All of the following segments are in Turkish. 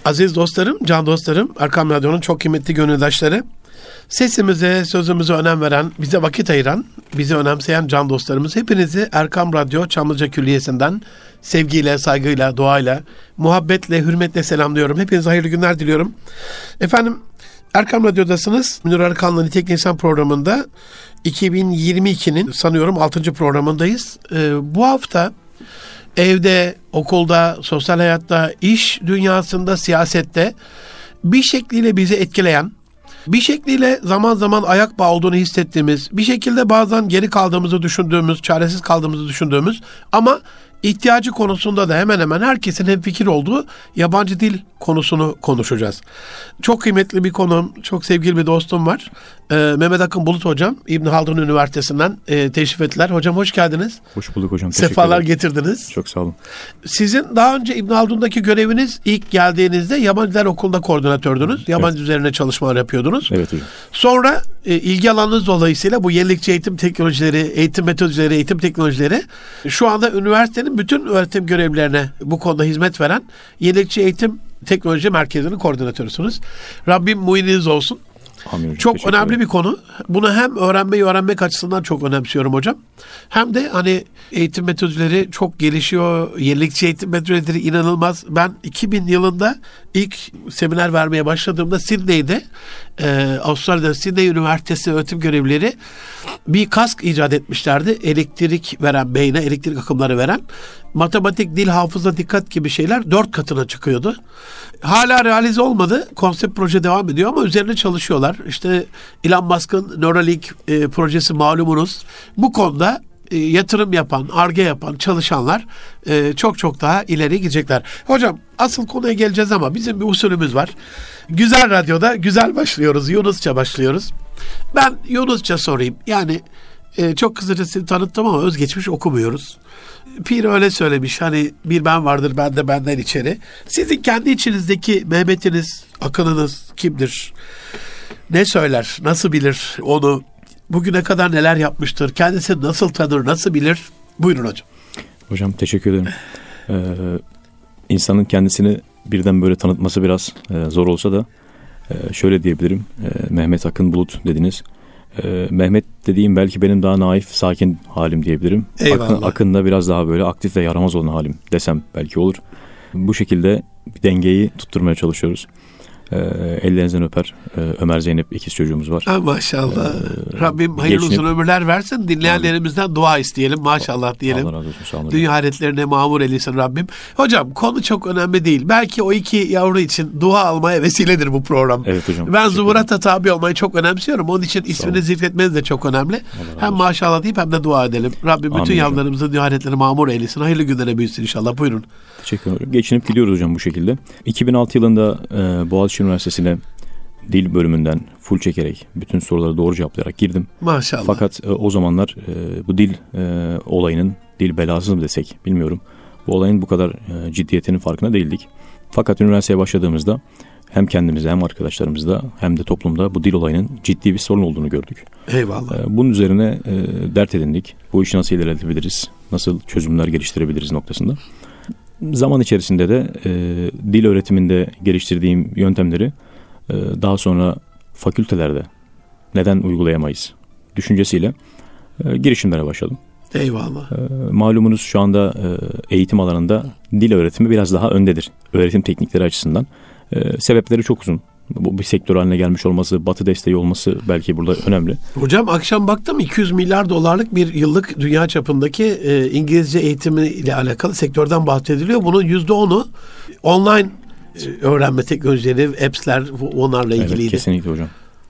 Aziz dostlarım, can dostlarım, Erkam Radyo'nun çok kıymetli gönüldaşları, sesimize, sözümüze önem veren, bize vakit ayıran, bizi önemseyen can dostlarımız, hepinizi Erkam Radyo Çamlıca Külliyesi'nden sevgiyle, saygıyla, duayla, muhabbetle, hürmetle selamlıyorum. Hepinize hayırlı günler diliyorum. Efendim, Erkam Radyo'dasınız. Münir Arıkan'la Nitekli İnsan programında 2022'nin sanıyorum 6. programındayız. Bu hafta evde, okulda, sosyal hayatta, iş dünyasında, siyasette bir şekliyle bizi etkileyen, bir şekliyle zaman zaman ayak bağı olduğunu hissettiğimiz, bir şekilde bazen geri kaldığımızı düşündüğümüz, çaresiz kaldığımızı düşündüğümüz ama ihtiyacı konusunda da hemen hemen herkesin hemfikir olduğu yabancı dil konusunu konuşacağız. Çok kıymetli bir konuğum, çok sevgili bir dostum var. Mehmet Akın Bulut hocam, İbn Haldun Üniversitesi'nden teşrif ettiler. Hocam hoş geldiniz. Hoş bulduk hocam. Teşekkür Sefalar ederim. getirdiniz. Çok sağ olun. Sizin daha önce İbn Haldun'daki göreviniz, ilk geldiğinizde Yabancı Dil Okulu'nda koordinatördünüz. Yabancı üzerine çalışmalar yapıyordunuz. Evet hocam. Sonra ilgi alanınız dolayısıyla bu yenilikçi eğitim teknolojileri, eğitim metodolojileri, eğitim teknolojileri şu anda üniversitenin bütün öğretim görevlilerine bu konuda hizmet veren yenilikçi eğitim teknoloji merkezinin koordinatörüsünüz. Rabbim muininiz olsun. Amin hocam. Çok önemli bir konu. Bunu hem öğrenmek açısından çok önemsiyorum hocam. Hem de hani eğitim metodolojileri çok gelişiyor. Yenilikçi eğitim metodolojileri inanılmaz. Ben 2000 yılında ilk seminer vermeye başladığımda Sydney'de, Avustralya'da Sydney Üniversitesi öğretim görevlileri bir kask icat etmişlerdi. Elektrik veren beyne, elektrik akımları veren. Matematik, dil, hafıza, dikkat gibi şeyler 4 katına çıkıyordu. Hala realize olmadı. Konsept proje devam ediyor ama üzerine çalışıyorlar. İşte Elon Musk'ın Neuralink projesi malumunuz. Bu konuda yatırım yapan, Ar-Ge yapan çalışanlar çok çok daha ileri gidecekler. Hocam asıl konuya geleceğiz ama bizim bir usulümüz var. Güzel radyoda güzel başlıyoruz. Yunusça başlıyoruz. Ben Yunusça sorayım. Yani çok kısaca sizi tanıttım ama özgeçmiş okumuyoruz. Pir öyle söylemiş, hani bir ben vardır, ben de benden içeri. Sizin kendi içinizdeki Mehmet'iniz, Akın'ınız kimdir? Ne söyler, nasıl bilir onu? Bugüne kadar neler yapmıştır? Kendisini nasıl tanır, nasıl bilir? Buyurun hocam. Hocam teşekkür ederim. İnsanın kendisini birden böyle tanıtması biraz zor olsa da şöyle diyebilirim. Mehmet Akın Bulut dediniz. Mehmet dediğim belki benim daha naif, sakin halim diyebilirim. Akın da biraz daha böyle aktif ve yaramaz olan halim desem belki olur. Bu şekilde bir dengeyi tutturmaya çalışıyoruz. Ellerinizden öper. Ömer Zeynep ikiz çocuğumuz var. Maşallah. Rabbim hayırlı uzun ömürler versin. Dinleyenlerimizden dua isteyelim. Maşallah diyelim. Allah razı olsun. Sağ olun. Dünya hayretlerine mamur eylesin Rabbim. Hocam konu çok önemli değil. Belki o iki yavru için dua almaya vesiledir bu program. Evet hocam. Ben zuhurata tabi olmayı çok önemsiyorum. Onun için ismini zikretmeniz de çok önemli. Hem maşallah deyip hem de dua edelim. Rabbim bütün yavrularımızın dünya hayretlerine mamur eylesin. Hayırlı günlere büyüsün inşallah. Buyurun. Teşekkür ederim. Geçinip gidiyoruz hocam bu şekilde. 2006 yılında Boğaziçi Üniversitesi'ne dil bölümünden full çekerek bütün soruları doğru cevaplayarak girdim. Maşallah. Fakat o zamanlar bu dil olayının, dil belası mı desek bilmiyorum. Bu olayın bu kadar ciddiyetinin farkına değildik. Fakat üniversiteye başladığımızda hem kendimizde hem arkadaşlarımızda hem de toplumda bu dil olayının ciddi bir sorun olduğunu gördük. Eyvallah. Bunun üzerine dert edindik. Bu işi nasıl ilerletebiliriz, nasıl çözümler geliştirebiliriz noktasında. Zaman içerisinde de dil öğretiminde geliştirdiğim yöntemleri daha sonra fakültelerde neden uygulayamayız düşüncesiyle girişimlere başladım. Eyvallah. Malumunuz şu anda eğitim alanında dil öğretimi biraz daha öndedir. Öğretim teknikleri açısından. Sebepleri çok uzun. Bu bir sektör haline gelmiş olması, Batı desteği olması belki burada önemli. Hocam akşam baktım 200 milyar dolarlık bir yıllık dünya çapındaki İngilizce eğitimi ile alakalı sektörden bahsediliyor. Bunun %10'u online öğrenme teknolojileri, apps'ler onlarla ilgiliydi. Evet, kesinlikle hocam.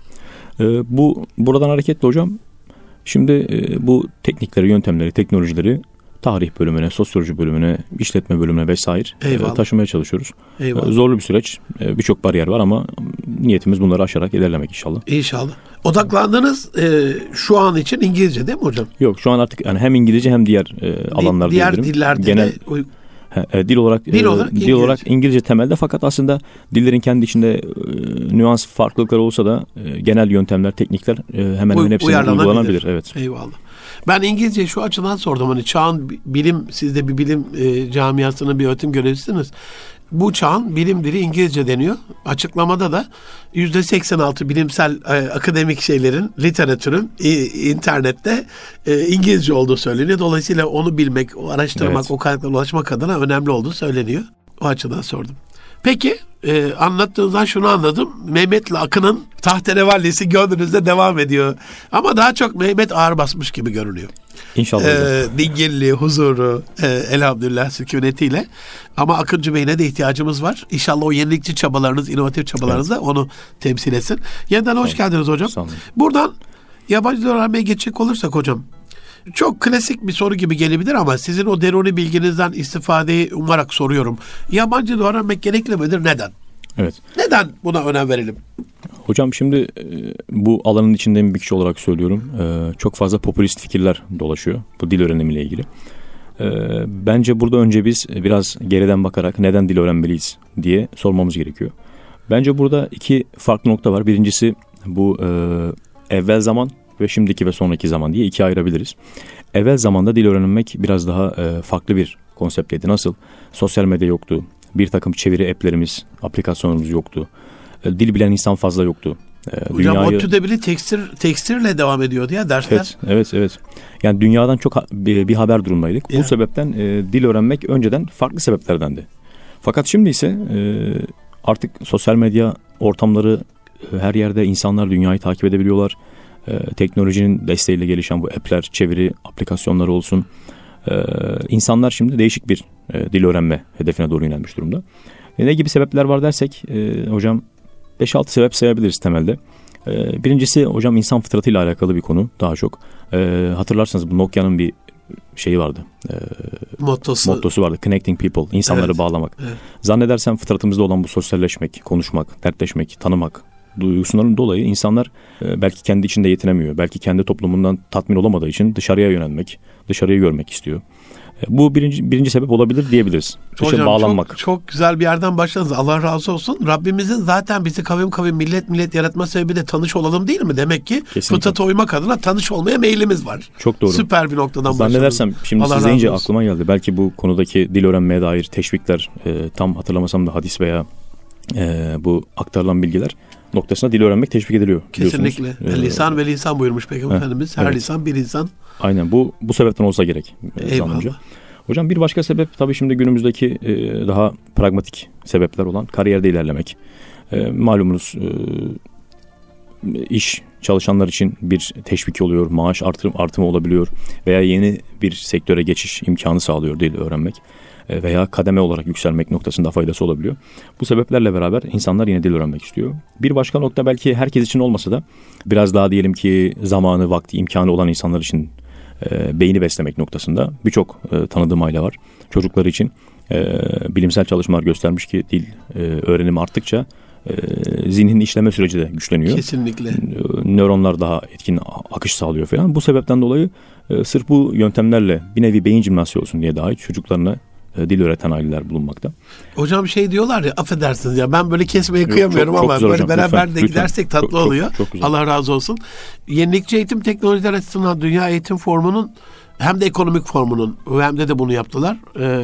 Buradan hareketle hocam, şimdi bu teknikleri, yöntemleri, teknolojileri tarih bölümüne, sosyoloji bölümüne, işletme bölümüne vesaire taşımaya çalışıyoruz. Zorlu bir süreç. Birçok bariyer var ama niyetimiz bunları aşarak ilerlemek inşallah. İnşallah. Odaklandığınız şu an için İngilizce değil mi hocam? Yok, şu an artık yani hem İngilizce hem diğer alanlar diğer diyebilirim. Dillerde genel dil olarak İngilizce temelde, fakat aslında dillerin kendi içinde nüans farklılıkları olsa da genel yöntemler, teknikler hemen hemen hepsine uygulanabilir. Evet. Eyvallah. Ben İngilizceyi şu açıdan sordum. Hani çağın bilim, siz de bir bilim camiasının bir öğretim görevlisiniz. Bu çağın bilim dili İngilizce deniyor. Açıklamada da %86 bilimsel akademik şeylerin, literatürün internette İngilizce olduğu söyleniyor. Dolayısıyla onu bilmek, o araştırmak, evet, o kaynaklara ulaşmak adına önemli olduğu söyleniyor. O açıdan sordum. Peki anlattığınızdan şunu anladım. Mehmet'le Akın'ın tahterevallisi gönlünüzde devam ediyor. Ama daha çok Mehmet ağır basmış gibi görünüyor. İnşallah. Dingilliği, huzuru, elhamdülillah sükunetiyle. Ama Akıncı Bey'ine de ihtiyacımız var. İnşallah o yenilikçi çabalarınız, inovatif çabalarınız da onu temsil etsin. Yeniden hoş geldiniz hocam. Buradan yabancı dil öğrenmeye geçecek olursak hocam, çok klasik bir soru gibi gelebilir ama sizin o deruni bilginizden istifadeyi umarak soruyorum. Yabancı dil öğrenmek gerekli midir? Neden? Evet. Neden buna önem verelim? Hocam şimdi bu alanın içinden bir kişi olarak söylüyorum. Çok fazla popülist fikirler dolaşıyor bu dil öğrenimiyle ilgili. Bence burada önce biz biraz geriden bakarak neden dil öğrenmeliyiz diye sormamız gerekiyor. Bence burada iki farklı nokta var. Birincisi bu evvel zaman ve şimdiki ve sonraki zaman diye ikiye ayırabiliriz. Evvel zamanda dil öğrenmek biraz daha farklı bir konseptteydi. Nasıl? Sosyal medya yoktu. Bir takım çeviri app'lerimiz, aplikasyonlarımız yoktu. Dil bilen insan fazla yoktu. Hocam ODTÜ'de bile tekstirle devam ediyordu ya dersler. Evet. Yani dünyadan çok bir haber durumdaydık. Bu sebepten dil öğrenmek önceden farklı sebeplerdendi. Fakat şimdi ise artık sosyal medya ortamları, her yerde insanlar dünyayı takip edebiliyorlar. Teknolojinin desteğiyle gelişen bu app'ler, çeviri aplikasyonları olsun. İnsanlar şimdi değişik bir dil öğrenme hedefine doğru yönelmiş durumda. Ne gibi sebepler var dersek hocam 5-6 sebep sayabiliriz temelde. Birincisi hocam insan fıtratıyla alakalı bir konu daha çok. Hatırlarsanız bu Nokia'nın bir şeyi vardı. Mottosu vardı. Connecting people. İnsanları bağlamak. Evet. Zannedersem fıtratımızda olan bu sosyalleşmek, konuşmak, dertleşmek, tanımak duygusundan dolayı insanlar belki kendi içinde yetinemiyor. Belki kendi toplumundan tatmin olamadığı için dışarıya yönelmek, dışarıyı görmek istiyor. Bu birinci sebep olabilir diyebiliriz. Hocam bağlanmak. Çok güzel bir yerden başladınız. Allah razı olsun. Rabbimizin zaten bizi kavim millet yaratma sebebi de tanış olalım değil mi? Demek ki fıtrata uymak adına tanış olmaya meyilimiz var. Çok doğru. Süper bir noktadan başladınız. Zannedersem şimdi Allah siz deyince aklıma geldi. Belki bu konudaki dil öğrenmeye dair teşvikler tam hatırlamasam da hadis veya bu aktarılan bilgiler noktasına dil öğrenmek teşvik ediliyor. Kesinlikle. Lisan ve lisan buyurmuş Peygamber Efendimiz. Her lisan bir insan. Aynen bu sebepten olsa gerek. Eyvallah. Hocam bir başka sebep tabii şimdi günümüzdeki daha pragmatik sebepler olan kariyerde ilerlemek. Malumunuz iş çalışanlar için bir teşvik oluyor, maaş artımı olabiliyor veya yeni bir sektöre geçiş imkanı sağlıyor dil öğrenmek veya kademe olarak yükselmek noktasında faydası olabiliyor. Bu sebeplerle beraber insanlar yine dil öğrenmek istiyor. Bir başka nokta belki herkes için olmasa da biraz daha diyelim ki zamanı, vakti, imkanı olan insanlar için beyni beslemek noktasında birçok tanıdığım aile var. Çocukları için bilimsel çalışmalar göstermiş ki dil öğrenimi arttıkça zihnin işleme süreci de güçleniyor. Kesinlikle. Nöronlar daha etkin akış sağlıyor falan. Bu sebepten dolayı sırf bu yöntemlerle bir nevi beyin jimnastiği olsun diye dahi çocuklarına dil öğreten aileler bulunmakta. Hocam şey diyorlar ya, affedersiniz ya, ben böyle kesmeye kıyamıyorum çok ama böyle hocam, beraber lütfen, de gidersek tatlı oluyor. Çok Allah razı olsun. Yenilikçi eğitim teknolojileri açısından Dünya Eğitim Forumu'nun hem de ekonomik forumunun hem de bunu yaptılar.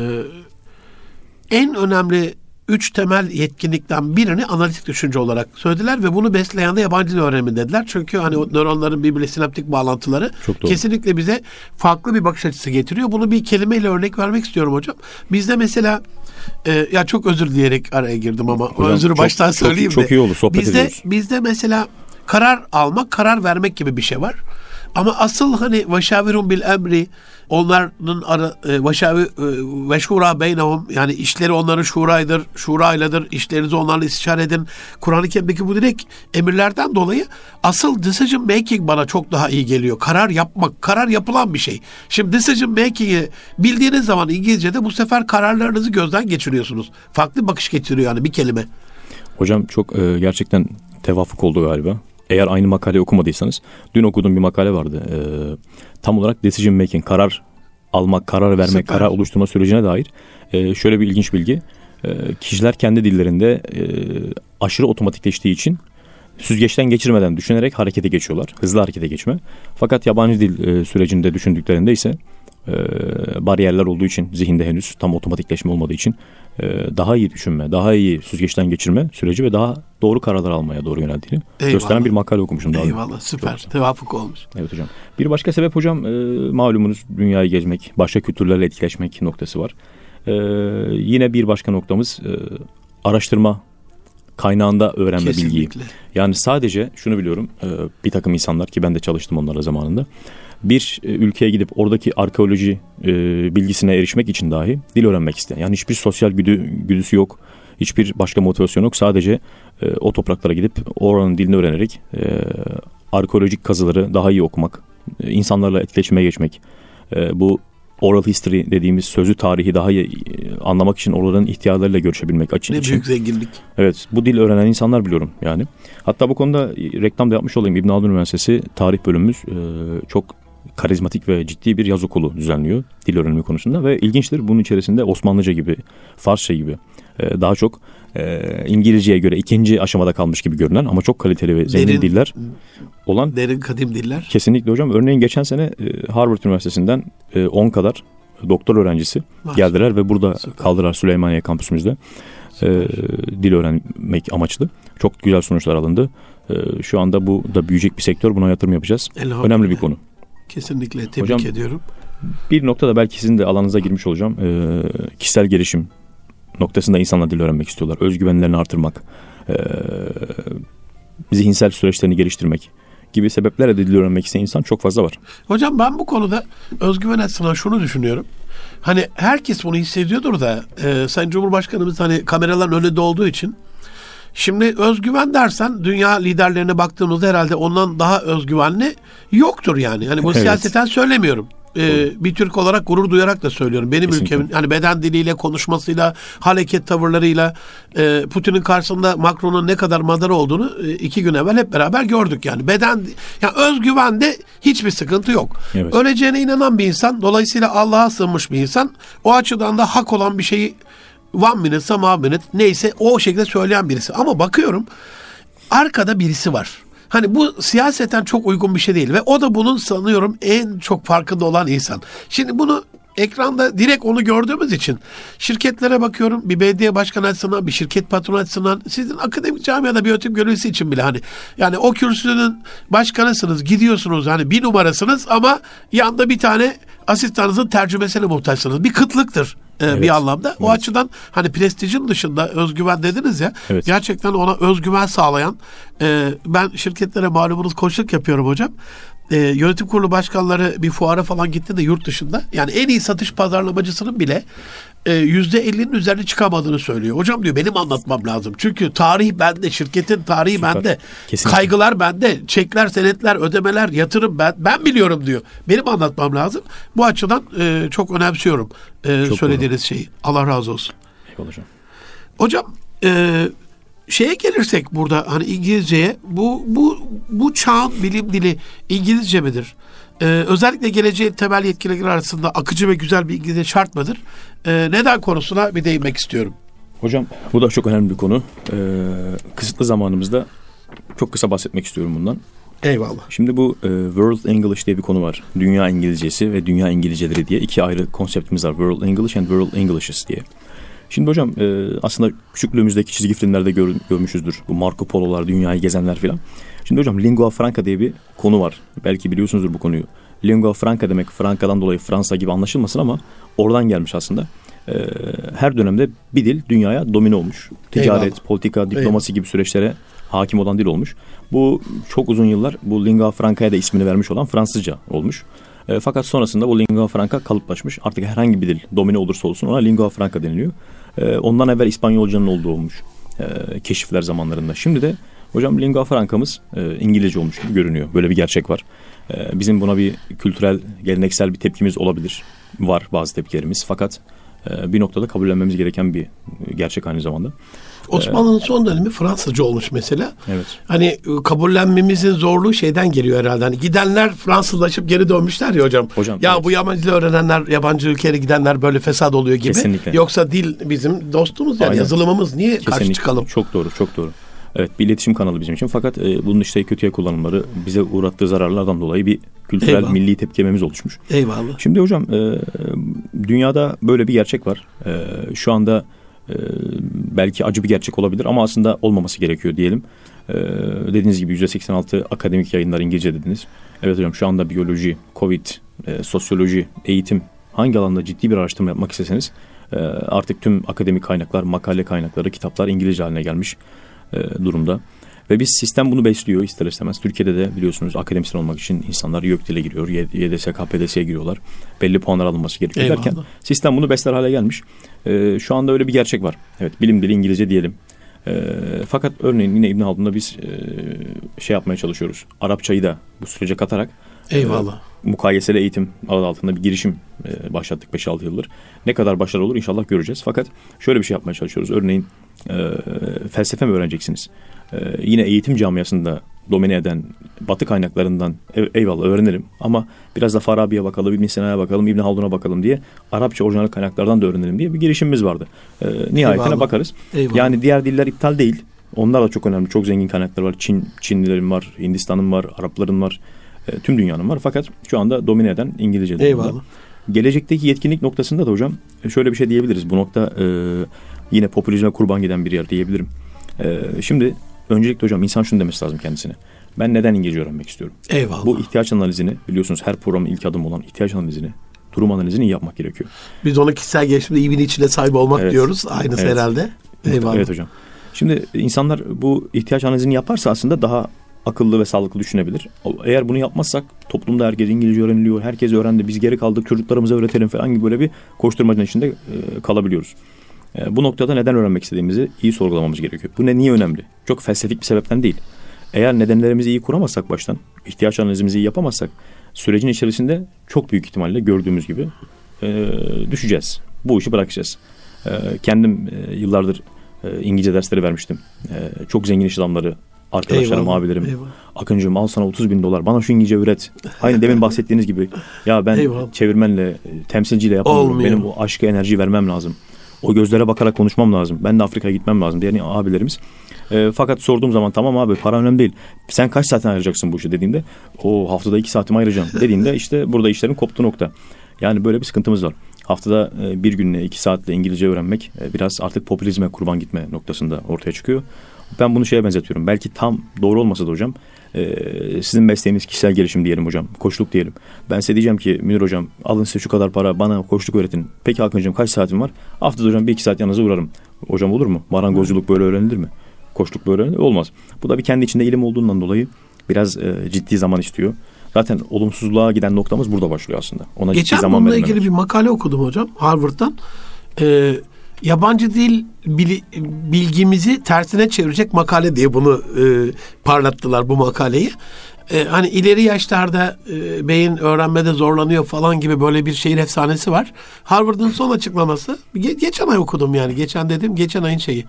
En önemli 3 temel yetkinlikten birini analitik düşünce olarak söylediler ve bunu besleyen de yabancı dil öğrenimi dediler. Çünkü hani o nöronların birbirine sinaptik bağlantıları kesinlikle bize farklı bir bakış açısı getiriyor. Bunu bir kelimeyle örnek vermek istiyorum hocam. Bizde mesela ya çok özür dileyerek araya girdim ama hocam, özürü baştan söyleyeyim de. Çok iyi oldu, sohbet ediyoruz. Bizde mesela karar almak, karar vermek gibi bir şey var. Ama asıl hani veşavirun bil emri, onların ve şura beynehum, yani işleri onların şuraydır, şurayladır, işlerinizi onlarla istişare edin. Kur'an-ı Kerim'deki bu direkt emirlerden dolayı asıl decision making bana çok daha iyi geliyor. Karar yapmak, karar yapılan bir şey. Şimdi decision making'i bildiğiniz zaman İngilizce'de bu sefer kararlarınızı gözden geçiriyorsunuz. Farklı bakış getiriyor yani bir kelime. Hocam çok gerçekten tevafuk oldu galiba. Eğer aynı makaleyi okumadıysanız, dün okuduğum bir makale vardı. Tam olarak decision making, karar almak, karar vermek, süper, karar oluşturma sürecine dair şöyle bir ilginç bilgi. Kişiler kendi dillerinde aşırı otomatikleştiği için süzgeçten geçirmeden düşünerek harekete geçiyorlar. Hızlı harekete geçme. Fakat yabancı dil sürecinde düşündüklerinde ise bariyerler olduğu için zihinde henüz tam otomatikleşme olmadığı için daha iyi düşünme, daha iyi süzgeçten geçirme süreci ve daha doğru kararlar almaya doğru yöneldiğini gösteren bir makale okumuşum. Eyvallah, süper. Tevafuk olmuş. Evet hocam. Bir başka sebep hocam malumunuz dünyayı gezmek, başka kültürlerle etkileşmek noktası var. Yine bir başka noktamız araştırma kaynağında öğrenme bilgiyi. Yani sadece şunu biliyorum, bir takım insanlar ki ben de çalıştım onlarla zamanında. Bir ülkeye gidip oradaki arkeoloji bilgisine erişmek için dahi dil öğrenmek isteyen. Yani hiçbir sosyal güdüsü yok. Hiçbir başka motivasyon yok. Sadece o topraklara gidip oranın dilini öğrenerek arkeolojik kazıları daha iyi okumak, insanlarla etkileşime geçmek, bu oral history dediğimiz sözlü tarihi daha iyi anlamak için oraların ihtiyarlarıyla görüşebilmek için. Ne büyük zenginlik. Evet, bu dil öğrenen insanlar biliyorum yani. Hatta bu konuda reklam da yapmış olayım. İbn Haldun Üniversitesi tarih bölümümüz çok karizmatik ve ciddi bir yaz okulu düzenliyor dil öğrenimi konusunda ve ilginçtir. Bunun içerisinde Osmanlıca gibi, Farsça gibi daha çok İngilizceye göre ikinci aşamada kalmış gibi görünen ama çok kaliteli ve zengin diller olan. Derin kadim diller. Kesinlikle hocam. Örneğin geçen sene Harvard Üniversitesi'nden 10 kadar doktor öğrencisi geldiler ve burada kaldılar Süleymaniye kampüsümüzde. Dil öğrenmek amaçlı. Çok güzel sonuçlar alındı. Şu anda bu da büyüyecek bir sektör. Buna yatırım yapacağız. Önemli bir konu. Kesinlikle tebrik ediyorum. Bir noktada belki sizin de alanınıza girmiş olacağım. Kişisel gelişim noktasında insanlar dil öğrenmek istiyorlar. Özgüvenlerini artırmak, zihinsel süreçlerini geliştirmek gibi sebeplerle de dil öğrenmek isteyen insan çok fazla var. Hocam ben bu konuda özgüven açısından şunu düşünüyorum. Hani herkes bunu hissediyordur da Sayın Cumhurbaşkanımız hani kameraların önünde olduğu için şimdi özgüven dersen dünya liderlerine baktığımızda herhalde ondan daha özgüvenli yoktur yani. Hani bu siyaseten söylemiyorum. Bir Türk olarak gurur duyarak da söylüyorum. Benim kesinlikle. Ülkemin hani beden diliyle, konuşmasıyla, hareket tavırlarıyla Putin'in karşısında Macron'un ne kadar madara olduğunu 2 gün evvel hep beraber gördük yani. Yani özgüvende hiçbir sıkıntı yok. Evet. Öleceğine inanan bir insan, dolayısıyla Allah'a sığınmış bir insan, o açıdan da hak olan bir şeyi one minute, some minute neyse o şekilde söyleyen birisi. Ama bakıyorum arkada birisi var. Hani bu siyaseten çok uygun bir şey değil ve o da bunun sanıyorum en çok farkında olan insan. Şimdi bunu ekranda direkt onu gördüğümüz için şirketlere bakıyorum, bir belediye başkanı açısından, bir şirket patronu açısından, sizin akademik camiada bir öğretim görevlisi için bile hani yani o kürsünün başkanısınız, gidiyorsunuz hani bir numarasınız ama yanda bir tane asistanınızın tercümesine muhtaçsınız. Bir kıtlıktır. Bir anlamda. O açıdan hani prestijin dışında özgüven dediniz ya, gerçekten ona özgüven sağlayan, ben şirketlere malumunuz koçluk yapıyorum hocam. Yönetim kurulu başkanları bir fuara falan gitti de yurt dışında. Yani en iyi satış pazarlamacısının bile %50'nin üzerine çıkamadığını söylüyor. Hocam diyor benim anlatmam lazım. Çünkü tarih bende, şirketin tarihi bende. Kesinlikle. Kaygılar bende, çekler, senetler, ödemeler, yatırım ben biliyorum diyor. Benim anlatmam lazım. Bu açıdan çok önemsiyorum söylediğiniz şeyi. Allah razı olsun. Eyvallah hocam. Hocam şeye gelirsek burada hani İngilizceye, bu çağın bilim dili İngilizce midir? Özellikle geleceğin temel yetkileri arasında akıcı ve güzel bir İngilizce şart mıdır? Neden konusuna bir değinmek istiyorum. Hocam bu da çok önemli bir konu. Kısıtlı zamanımızda çok kısa bahsetmek istiyorum bundan. Eyvallah. Şimdi bu World English diye bir konu var. Dünya İngilizcesi ve dünya İngilizceleri diye 2 ayrı konseptimiz var. World English and World Englishes diye. Şimdi hocam aslında küçüklüğümüzdeki çizgi filmlerde görmüşüzdür. Bu Marco Polo'lar, dünyayı gezenler filan. Şimdi hocam lingua franca diye bir konu var. Belki biliyorsunuzdur bu konuyu. Lingua franca demek Franka'dan dolayı Fransa gibi anlaşılmasın ama oradan gelmiş aslında. Her dönemde bir dil dünyaya domine olmuş. Ticaret, eyvallah, politika, diplomasi gibi süreçlere hakim olan dil olmuş. Bu çok uzun yıllar bu lingua franca'ya da ismini vermiş olan Fransızca olmuş. Fakat sonrasında o lingua franca kalıplaşmış. Artık herhangi bir dil domine olursa olsun ona lingua franca deniliyor. Ondan evvel İspanyolcanın olduğu olmuş keşifler zamanlarında. Şimdi de hocam lingua franca'mız İngilizce olmuş gibi görünüyor. Böyle bir gerçek var. Bizim buna bir kültürel, geleneksel bir tepkimiz olabilir. Var bazı tepkilerimiz. Fakat bir noktada kabullenmemiz gereken bir gerçek aynı zamanda. Osmanlı'nın son dönemi Fransızca olmuş mesela. Evet. Hani kabullenmemizin zorluğu şeyden geliyor herhalde. Hani gidenler Fransızlaşıp geri dönmüşler ya hocam. Ya evet, bu yabancı dil öğrenenler, yabancı ülkeye gidenler böyle fesat oluyor gibi. Kesinlikle. Yoksa dil bizim dostumuz yani. Aynen. Yazılımımız niye kesinlikle karşı çıkalım? Çok doğru, çok doğru. Evet, bir iletişim kanalı bizim için. Fakat bunun işte kötüye kullanımları, bize uğrattığı zararlardan dolayı bir kültürel, Eyvallah, milli tepkimemiz oluşmuş. Eyvallah. Şimdi hocam dünyada böyle bir gerçek var. Şu anda belki acı bir gerçek olabilir ama aslında olmaması gerekiyor diyelim. Dediğiniz gibi %86 akademik yayınlar İngilizce dediniz. Evet hocam, şu anda biyoloji, Covid, sosyoloji, eğitim, hangi alanda ciddi bir araştırma yapmak isteseniz artık tüm akademik kaynaklar, makale kaynakları, kitaplar İngilizce haline gelmiş durumda. Ve biz sistem bunu besliyor ister istemez. Türkiye'de de biliyorsunuz akademisyen olmak için insanlar YÖKDİL'e giriyor, YDS, KPDS'ye giriyorlar. Belli puanlar alınması gerekiyor derken sistem bunu besler hale gelmiş. Şu anda öyle bir gerçek var. Evet, bilim dili İngilizce diyelim. Fakat örneğin yine İbn Haldun'da biz şey yapmaya çalışıyoruz. Arapçayı da bu sürece katarak mukayeseli eğitim adı altında bir girişim başlattık 5-6 yıldır. Ne kadar başarılı olur inşallah göreceğiz. Fakat şöyle bir şey yapmaya çalışıyoruz. Örneğin felsefe mi öğreneceksiniz? Yine eğitim camiasında domine eden Batı kaynaklarından eyvallah öğrenelim ama biraz da Farabi'ye bakalım, İbn Sina'ya bakalım, İbn Haldun'a bakalım diye Arapça orijinal kaynaklardan da öğrenelim diye bir girişimimiz vardı. Nihayetine bakarız. Eyvallah. Yani diğer diller iptal değil. Onlar da çok önemli. Çok zengin kaynaklar var. Çinlilerin var, Hindistan'ın var, Arapların var. Tüm dünyanın var. Fakat şu anda domine eden İngilizce durumda. Eyvallah. Gelecekteki yetkinlik noktasında da hocam şöyle bir şey diyebiliriz. Bu nokta yine popülizme kurban giden bir yer diyebilirim. Şimdi öncelikle hocam insan şunu demesi lazım kendisine. Ben neden İngilizce öğrenmek istiyorum? Eyvallah. Bu ihtiyaç analizini biliyorsunuz her programın ilk adımı olan ihtiyaç analizini, durum analizini yapmak gerekiyor. Biz ona kişisel gelişimde iyi bir içine sahip olmak diyoruz. Aynısı herhalde. Eyvallah. Evet hocam. Şimdi insanlar bu ihtiyaç analizini yaparsa aslında daha akıllı ve sağlıklı düşünebilir. Eğer bunu yapmazsak toplumda herkes İngilizce öğreniliyor, herkes öğrendi, biz geri kaldık, çocuklarımıza öğretelim falan gibi böyle bir koşturmacının içinde kalabiliyoruz. Bu noktada neden öğrenmek istediğimizi iyi sorgulamamız gerekiyor. Bu niye önemli? Çok felsefik bir sebepten değil. Eğer nedenlerimizi iyi kuramazsak baştan, ihtiyaç analizimizi iyi yapamazsak sürecin içerisinde çok büyük ihtimalle gördüğümüz gibi düşeceğiz. Bu işi bırakacağız. Kendim yıllardır İngilizce dersleri vermiştim. Çok zengin iş adamları, arkadaşlarım, abilerim. Akıncığım al sana $30.000. Bana şu İngilizce öğret. Aynı demin bahsettiğiniz gibi. Ya ben çevirmenle, temsilciyle yapamıyorum. Olmuyor. Benim o aşkı, enerjiyi vermem lazım. O gözlere bakarak konuşmam lazım. Ben de Afrika'ya gitmem lazım diye abilerimiz. Fakat sorduğum zaman tamam abi para önemli değil. Sen kaç saatin ayıracaksın bu işe dediğimde haftada 2 saatimi ayıracağım dediğinde işte burada işlerin koptuğu nokta. Yani böyle bir sıkıntımız var. Haftada bir günle 2 saatle İngilizce öğrenmek biraz artık popülizme kurban gitme noktasında ortaya çıkıyor. Ben bunu şeye benzetiyorum. Belki tam doğru olmasa da hocam sizin mesleğiniz kişisel gelişim diyelim hocam. Koçluk diyelim. Ben size diyeceğim ki Münir hocam alın size şu kadar para bana koçluk öğretin. Peki Hakan'cığım kaç saatin var? Haftada hocam 1-2 saat yanınıza uğrarım. Hocam olur mu? Marangozculuk böyle öğrenilir mi? Koçluk böyle öğrenilir mi? Olmaz. Bu da bir kendi içinde ilim olduğundan dolayı biraz ciddi zaman istiyor. Zaten olumsuzluğa giden noktamız burada başlıyor aslında. Ona geçen ciddi zaman bununla ilgili bir makale okudum hocam Harvard'dan. Yabancı dil bilgimizi tersine çevirecek makale diye bunu parlattılar bu makaleyi. Hani ileri yaşlarda beyin öğrenmede zorlanıyor falan gibi böyle bir şehir efsanesi var. Harvard'ın son açıklaması geçen ay okudum yani geçen ayın şeyi.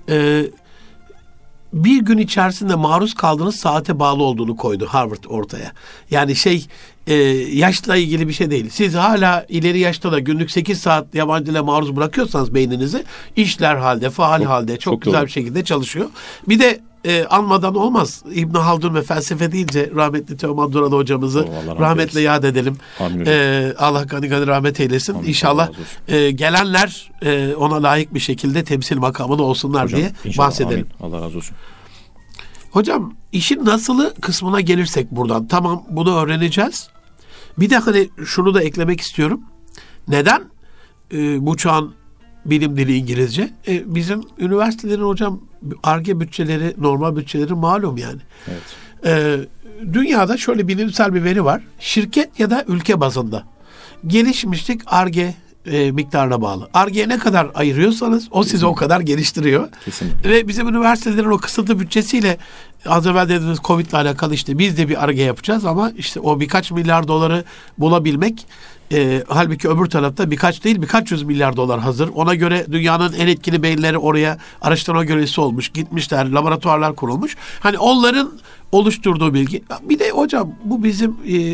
Bir gün içerisinde maruz kaldığınız saate bağlı olduğunu koydu Harvard ortaya. Yani yaşla ilgili bir şey değil. Siz hala ileri yaşta da günlük 8 saat yabancı dile maruz bırakıyorsanız beyninizi işler halde, faal halde çok güzel bir şekilde çalışıyor. Bir de anmadan olmaz. İbn Haldun ve felsefe deyince rahmetli Teoman Duran hocamızı rahmetle yad edelim. Allah gani rahmet eylesin. Amin. İnşallah gelenler ona layık bir şekilde temsil makamında olsunlar hocam, diye bahsedelim. Amin. Allah razı olsun. Hocam işin nasılı kısmına gelirsek buradan tamam bunu öğreneceğiz. Bir de hani şunu da eklemek istiyorum. Neden bu çağın bilim dili İngilizce? Bizim üniversitelerin hocam Ar-Ge bütçeleri, normal bütçeleri malum yani. Evet. Dünyada şöyle bilimsel bir veri var. Şirket ya da ülke bazında gelişmişlik Ar-Ge miktarına bağlı. Ar-Ge'ye ne kadar ayırıyorsanız o sizi o kadar geliştiriyor. Kesinlikle. Ve bizim üniversitelerin o kısıtlı bütçesiyle az evvel dediğiniz Covid'le alakalı biz de bir Ar-Ge yapacağız ama işte o birkaç milyar doları bulabilmek halbuki öbür tarafta birkaç yüz milyar dolar hazır. Ona göre dünyanın en etkili beyinleri oraya araştırma görevlisi olmuş. Gitmişler, laboratuvarlar kurulmuş. Hani onların oluşturduğu bilgi. Bir de hocam bu bizim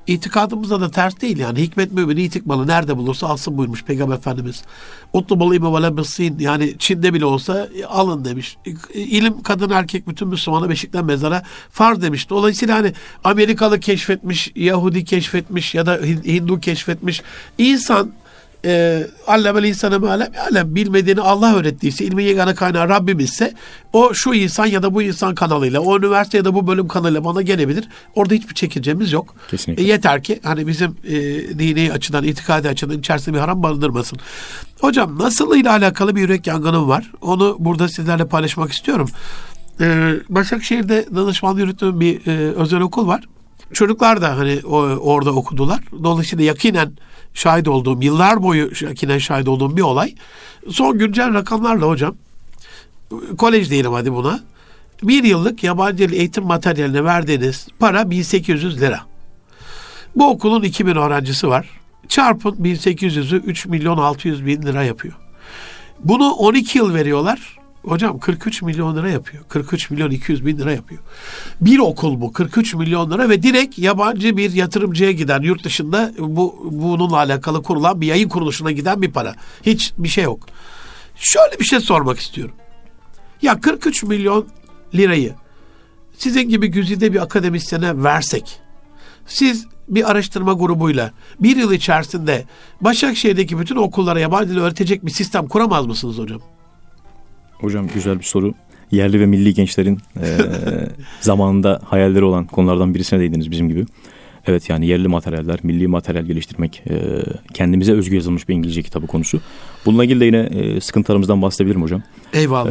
itikadımızda da ters değil yani. Hikmet mümini itik malı nerede bulursa alsın buyurmuş Peygamber Efendimiz. Utlubul ilme ve lebessin, yani Çin'de bile olsa alın demiş. İlim kadın erkek bütün Müslümana beşikten mezara farz demiş. Dolayısıyla hani Amerikalı keşfetmiş, Yahudi keşfetmiş ya da Hindu keşfetmiş. İnsan allemel insanı alem bilmediğini Allah öğrettiyse, ilmin yegane kaynağı Rabbimizse, o şu insan ya da bu insan kanalıyla, o üniversite ya da bu bölüm kanalıyla bana gelebilir. Orada hiçbir çekincemiz yok. Kesinlikle. Yeter ki hani bizim dini açıdan, itikadi açıdan içerisinde bir haram barındırmasın. Hocam nasıl ile alakalı bir yürek yangınım var. Onu burada sizlerle paylaşmak istiyorum. Başakşehir'de danışmanlığı yürüttüğüm bir özel okul var. Çocuklar da hani orada okudular. Dolayısıyla yakinen şahit olduğum, yıllar boyu yakinen şahit olduğum bir olay. Son güncel rakamlarla hocam, kolej diyelim hadi buna. Bir yıllık yabancı dil eğitim materyaline verdiğiniz para 1800 lira. Bu okulun 2000 öğrencisi var. Çarpın 1800'ü 3 milyon 600 bin lira yapıyor. Bunu 12 yıl veriyorlar. Hocam 43 milyon lira yapıyor. 43 milyon 200 bin lira yapıyor. Bir okul bu. 43 milyon lira ve direkt yabancı bir yatırımcıya giden, yurt dışında bununla alakalı kurulan bir yayın kuruluşuna giden bir para. Hiç bir şey yok. Şöyle bir şey sormak istiyorum. Ya 43 milyon lirayı sizin gibi güzide bir akademisyene versek, siz bir araştırma grubuyla bir yıl içerisinde Başakşehir'deki bütün okullara yabancı dil öğretecek bir sistem kuramaz mısınız hocam? Hocam güzel bir soru. Yerli ve milli gençlerin zamanında hayalleri olan konulardan birisine değindiniz bizim gibi. Evet, yani yerli materyaller, milli materyal geliştirmek, kendimize özgü yazılmış bir İngilizce kitabı konusu. Bununla ilgili de yine sıkıntılarımızdan bahsedebilirim hocam. Eyvallah.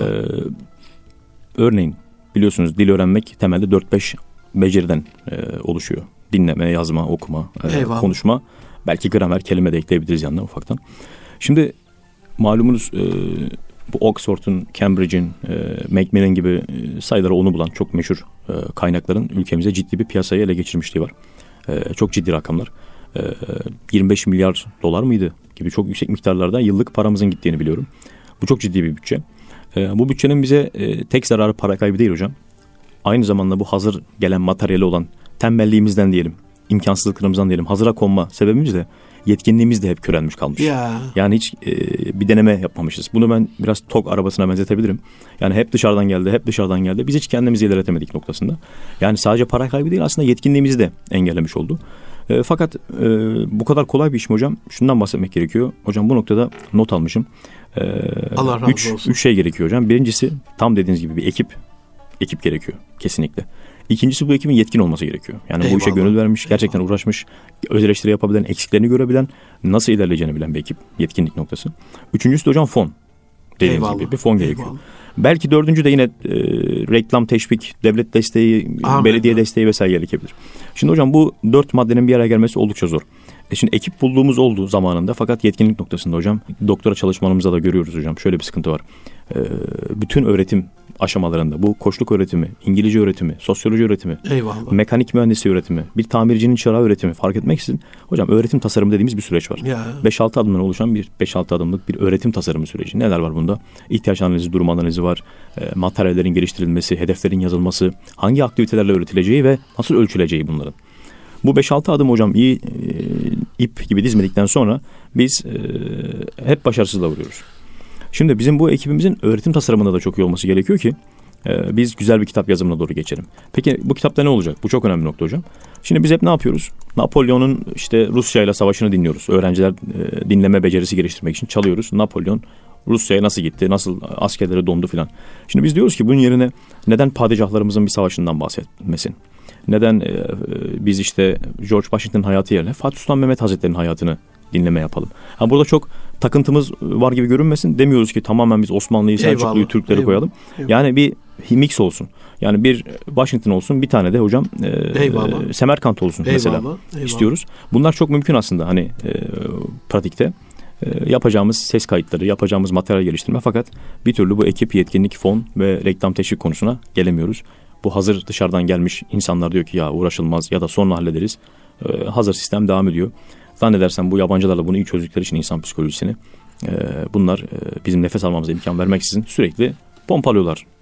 Örneğin biliyorsunuz dil öğrenmek temelde 4-5 beceriden oluşuyor. Dinleme, yazma, okuma, konuşma. Belki gramer, kelime de ekleyebiliriz yanına ufaktan. Şimdi malumunuz bu Oxford'un, Cambridge'in, Macmillan gibi sayıları onu bulan çok meşhur kaynakların ülkemize ciddi bir piyasayı ele geçirmişliği var. Çok ciddi rakamlar. 25 milyar dolar mıydı gibi çok yüksek miktarlarda yıllık paramızın gittiğini biliyorum. Bu çok ciddi bir bütçe. Bu bütçenin bize tek zararı para kaybı değil hocam. Aynı zamanda bu hazır gelen materyali olan tembelliğimizden diyelim, imkansızlıklarımızdan diyelim, hazıra konma sebebimiz de yetkinliğimiz de hep körelmiş kalmış. Yani hiç bir deneme yapmamışız. Bunu ben biraz TOG arabasına benzetebilirim. Yani hep dışarıdan geldi. Biz hiç kendimizi ilerletemedik noktasında. Yani sadece para kaybı değil, aslında yetkinliğimizi de engellemiş oldu. Fakat bu kadar kolay bir iş mi hocam? Şundan bahsetmek gerekiyor. Hocam bu noktada not almışım. Allah razı olsun. 3 şey gerekiyor hocam. Birincisi, tam dediğiniz gibi bir ekip gerekiyor. Kesinlikle. İkincisi, bu ekibin yetkin olması gerekiyor. Yani bu işe gönül vermiş, gerçekten uğraşmış, öz eleştiri yapabilen, eksiklerini görebilen, nasıl ilerleyeceğini bilen bir ekip, yetkinlik noktası. Üçüncüsü de hocam fon. Dediğiniz gibi bir fon gerekiyor. Belki dördüncü de yine reklam, teşvik, devlet desteği, belediye desteği vesaire gerekebilir. Şimdi hocam bu 4 maddenin bir araya gelmesi oldukça zor. Şimdi ekip bulduğumuz oldu zamanında, fakat yetkinlik noktasında hocam, doktora çalışmalarımızda da görüyoruz hocam, şöyle bir sıkıntı var. Bütün öğretim aşamalarında, bu koçluk öğretimi, İngilizce öğretimi, sosyoloji öğretimi, mekanik mühendisliği öğretimi, bir tamircinin çırağı öğretimi fark etmeksizin hocam öğretim tasarımı dediğimiz bir süreç var. 5-6 adımdan oluşan 5-6 adımlık bir öğretim tasarımı süreci. Neler var bunda? İhtiyaç analizi, durum analizi var, materyallerin geliştirilmesi, hedeflerin yazılması, hangi aktivitelerle öğretileceği ve nasıl ölçüleceği bunların. Bu 5-6 adım hocam iyi ip gibi dizmedikten sonra biz hep başarısızlığa vuruyoruz. Şimdi bizim bu ekibimizin öğretim tasarımında da çok iyi olması gerekiyor ki biz güzel bir kitap yazımına doğru geçelim. Peki bu kitapta ne olacak? Bu çok önemli bir nokta hocam. Şimdi biz hep ne yapıyoruz? Napolyon'un işte Rusya ile savaşını dinliyoruz. Öğrenciler dinleme becerisi geliştirmek için çalıyoruz. Napolyon Rusya'ya nasıl gitti, nasıl askerleri dondu filan. Şimdi biz diyoruz ki bunun yerine neden padişahlarımızın bir savaşından bahsetmesin? Neden biz işte George Washington'ın hayatı yerine Fatih Sultan Mehmet Hazretleri'nin hayatını dinleme yapalım? Burada çok takıntımız var gibi görünmesin. Demiyoruz ki tamamen biz Osmanlı'yı, Selçuklu'yu, Türkleri koyalım. Yani bir mix olsun. Yani bir Washington olsun, bir tane de hocam Semerkant olsun mesela istiyoruz. Bunlar çok mümkün aslında hani pratikte. Yapacağımız ses kayıtları, yapacağımız materyal geliştirme, fakat bir türlü bu ekip, yetkinlik, fon ve reklam teşvik konusuna gelemiyoruz. Bu hazır dışarıdan gelmiş insanlar diyor ki ya uğraşılmaz ya da sonra hallederiz. Hazır sistem devam ediyor. Zannedersem bu yabancılarla bunu iyi çözdükleri için insan psikolojisini bunlar bizim nefes almamıza imkan vermeksizin sürekli pompalıyorlar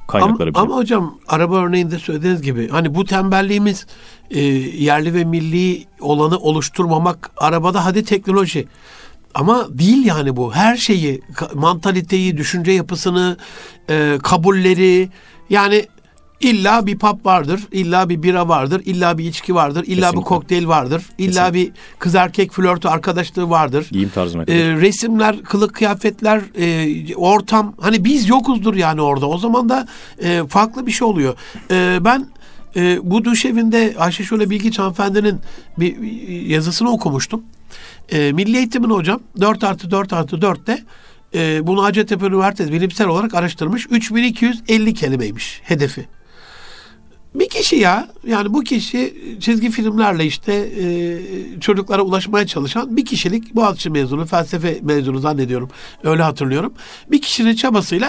kaynakları bize. Ama hocam araba örneğinde söylediğiniz gibi hani bu tembelliğimiz yerli ve milli olanı oluşturmamak, arabada hadi teknoloji. Ama değil yani bu. Her şeyi, mantaliteyi, düşünce yapısını, kabulleri, yani illa bir pub vardır, illa bir bira vardır, illa bir içki vardır, illa Kesinlikle. bir kokteyl vardır, illa bir kız erkek flörtü arkadaşlığı vardır. Giyim tarzına kadar. Resimler, kılık kıyafetler, ortam. Hani biz yokuzdur yani orada. O zaman da farklı bir şey oluyor. Ben bu düşevinde Ayşe Şule Bilgiç hanımefendinin bir yazısını okumuştum. Milli Eğitim'in hocam 4+4+4'te bunu Hacettepe Üniversitesi bilimsel olarak araştırmış. 3250 kelimeymiş hedefi. Bir kişi ya, yani bu kişi çizgi filmlerle işte çocuklara ulaşmaya çalışan bir kişilik, Boğaziçi mezunu, felsefe mezunu zannediyorum. Öyle hatırlıyorum. Bir kişinin çabasıyla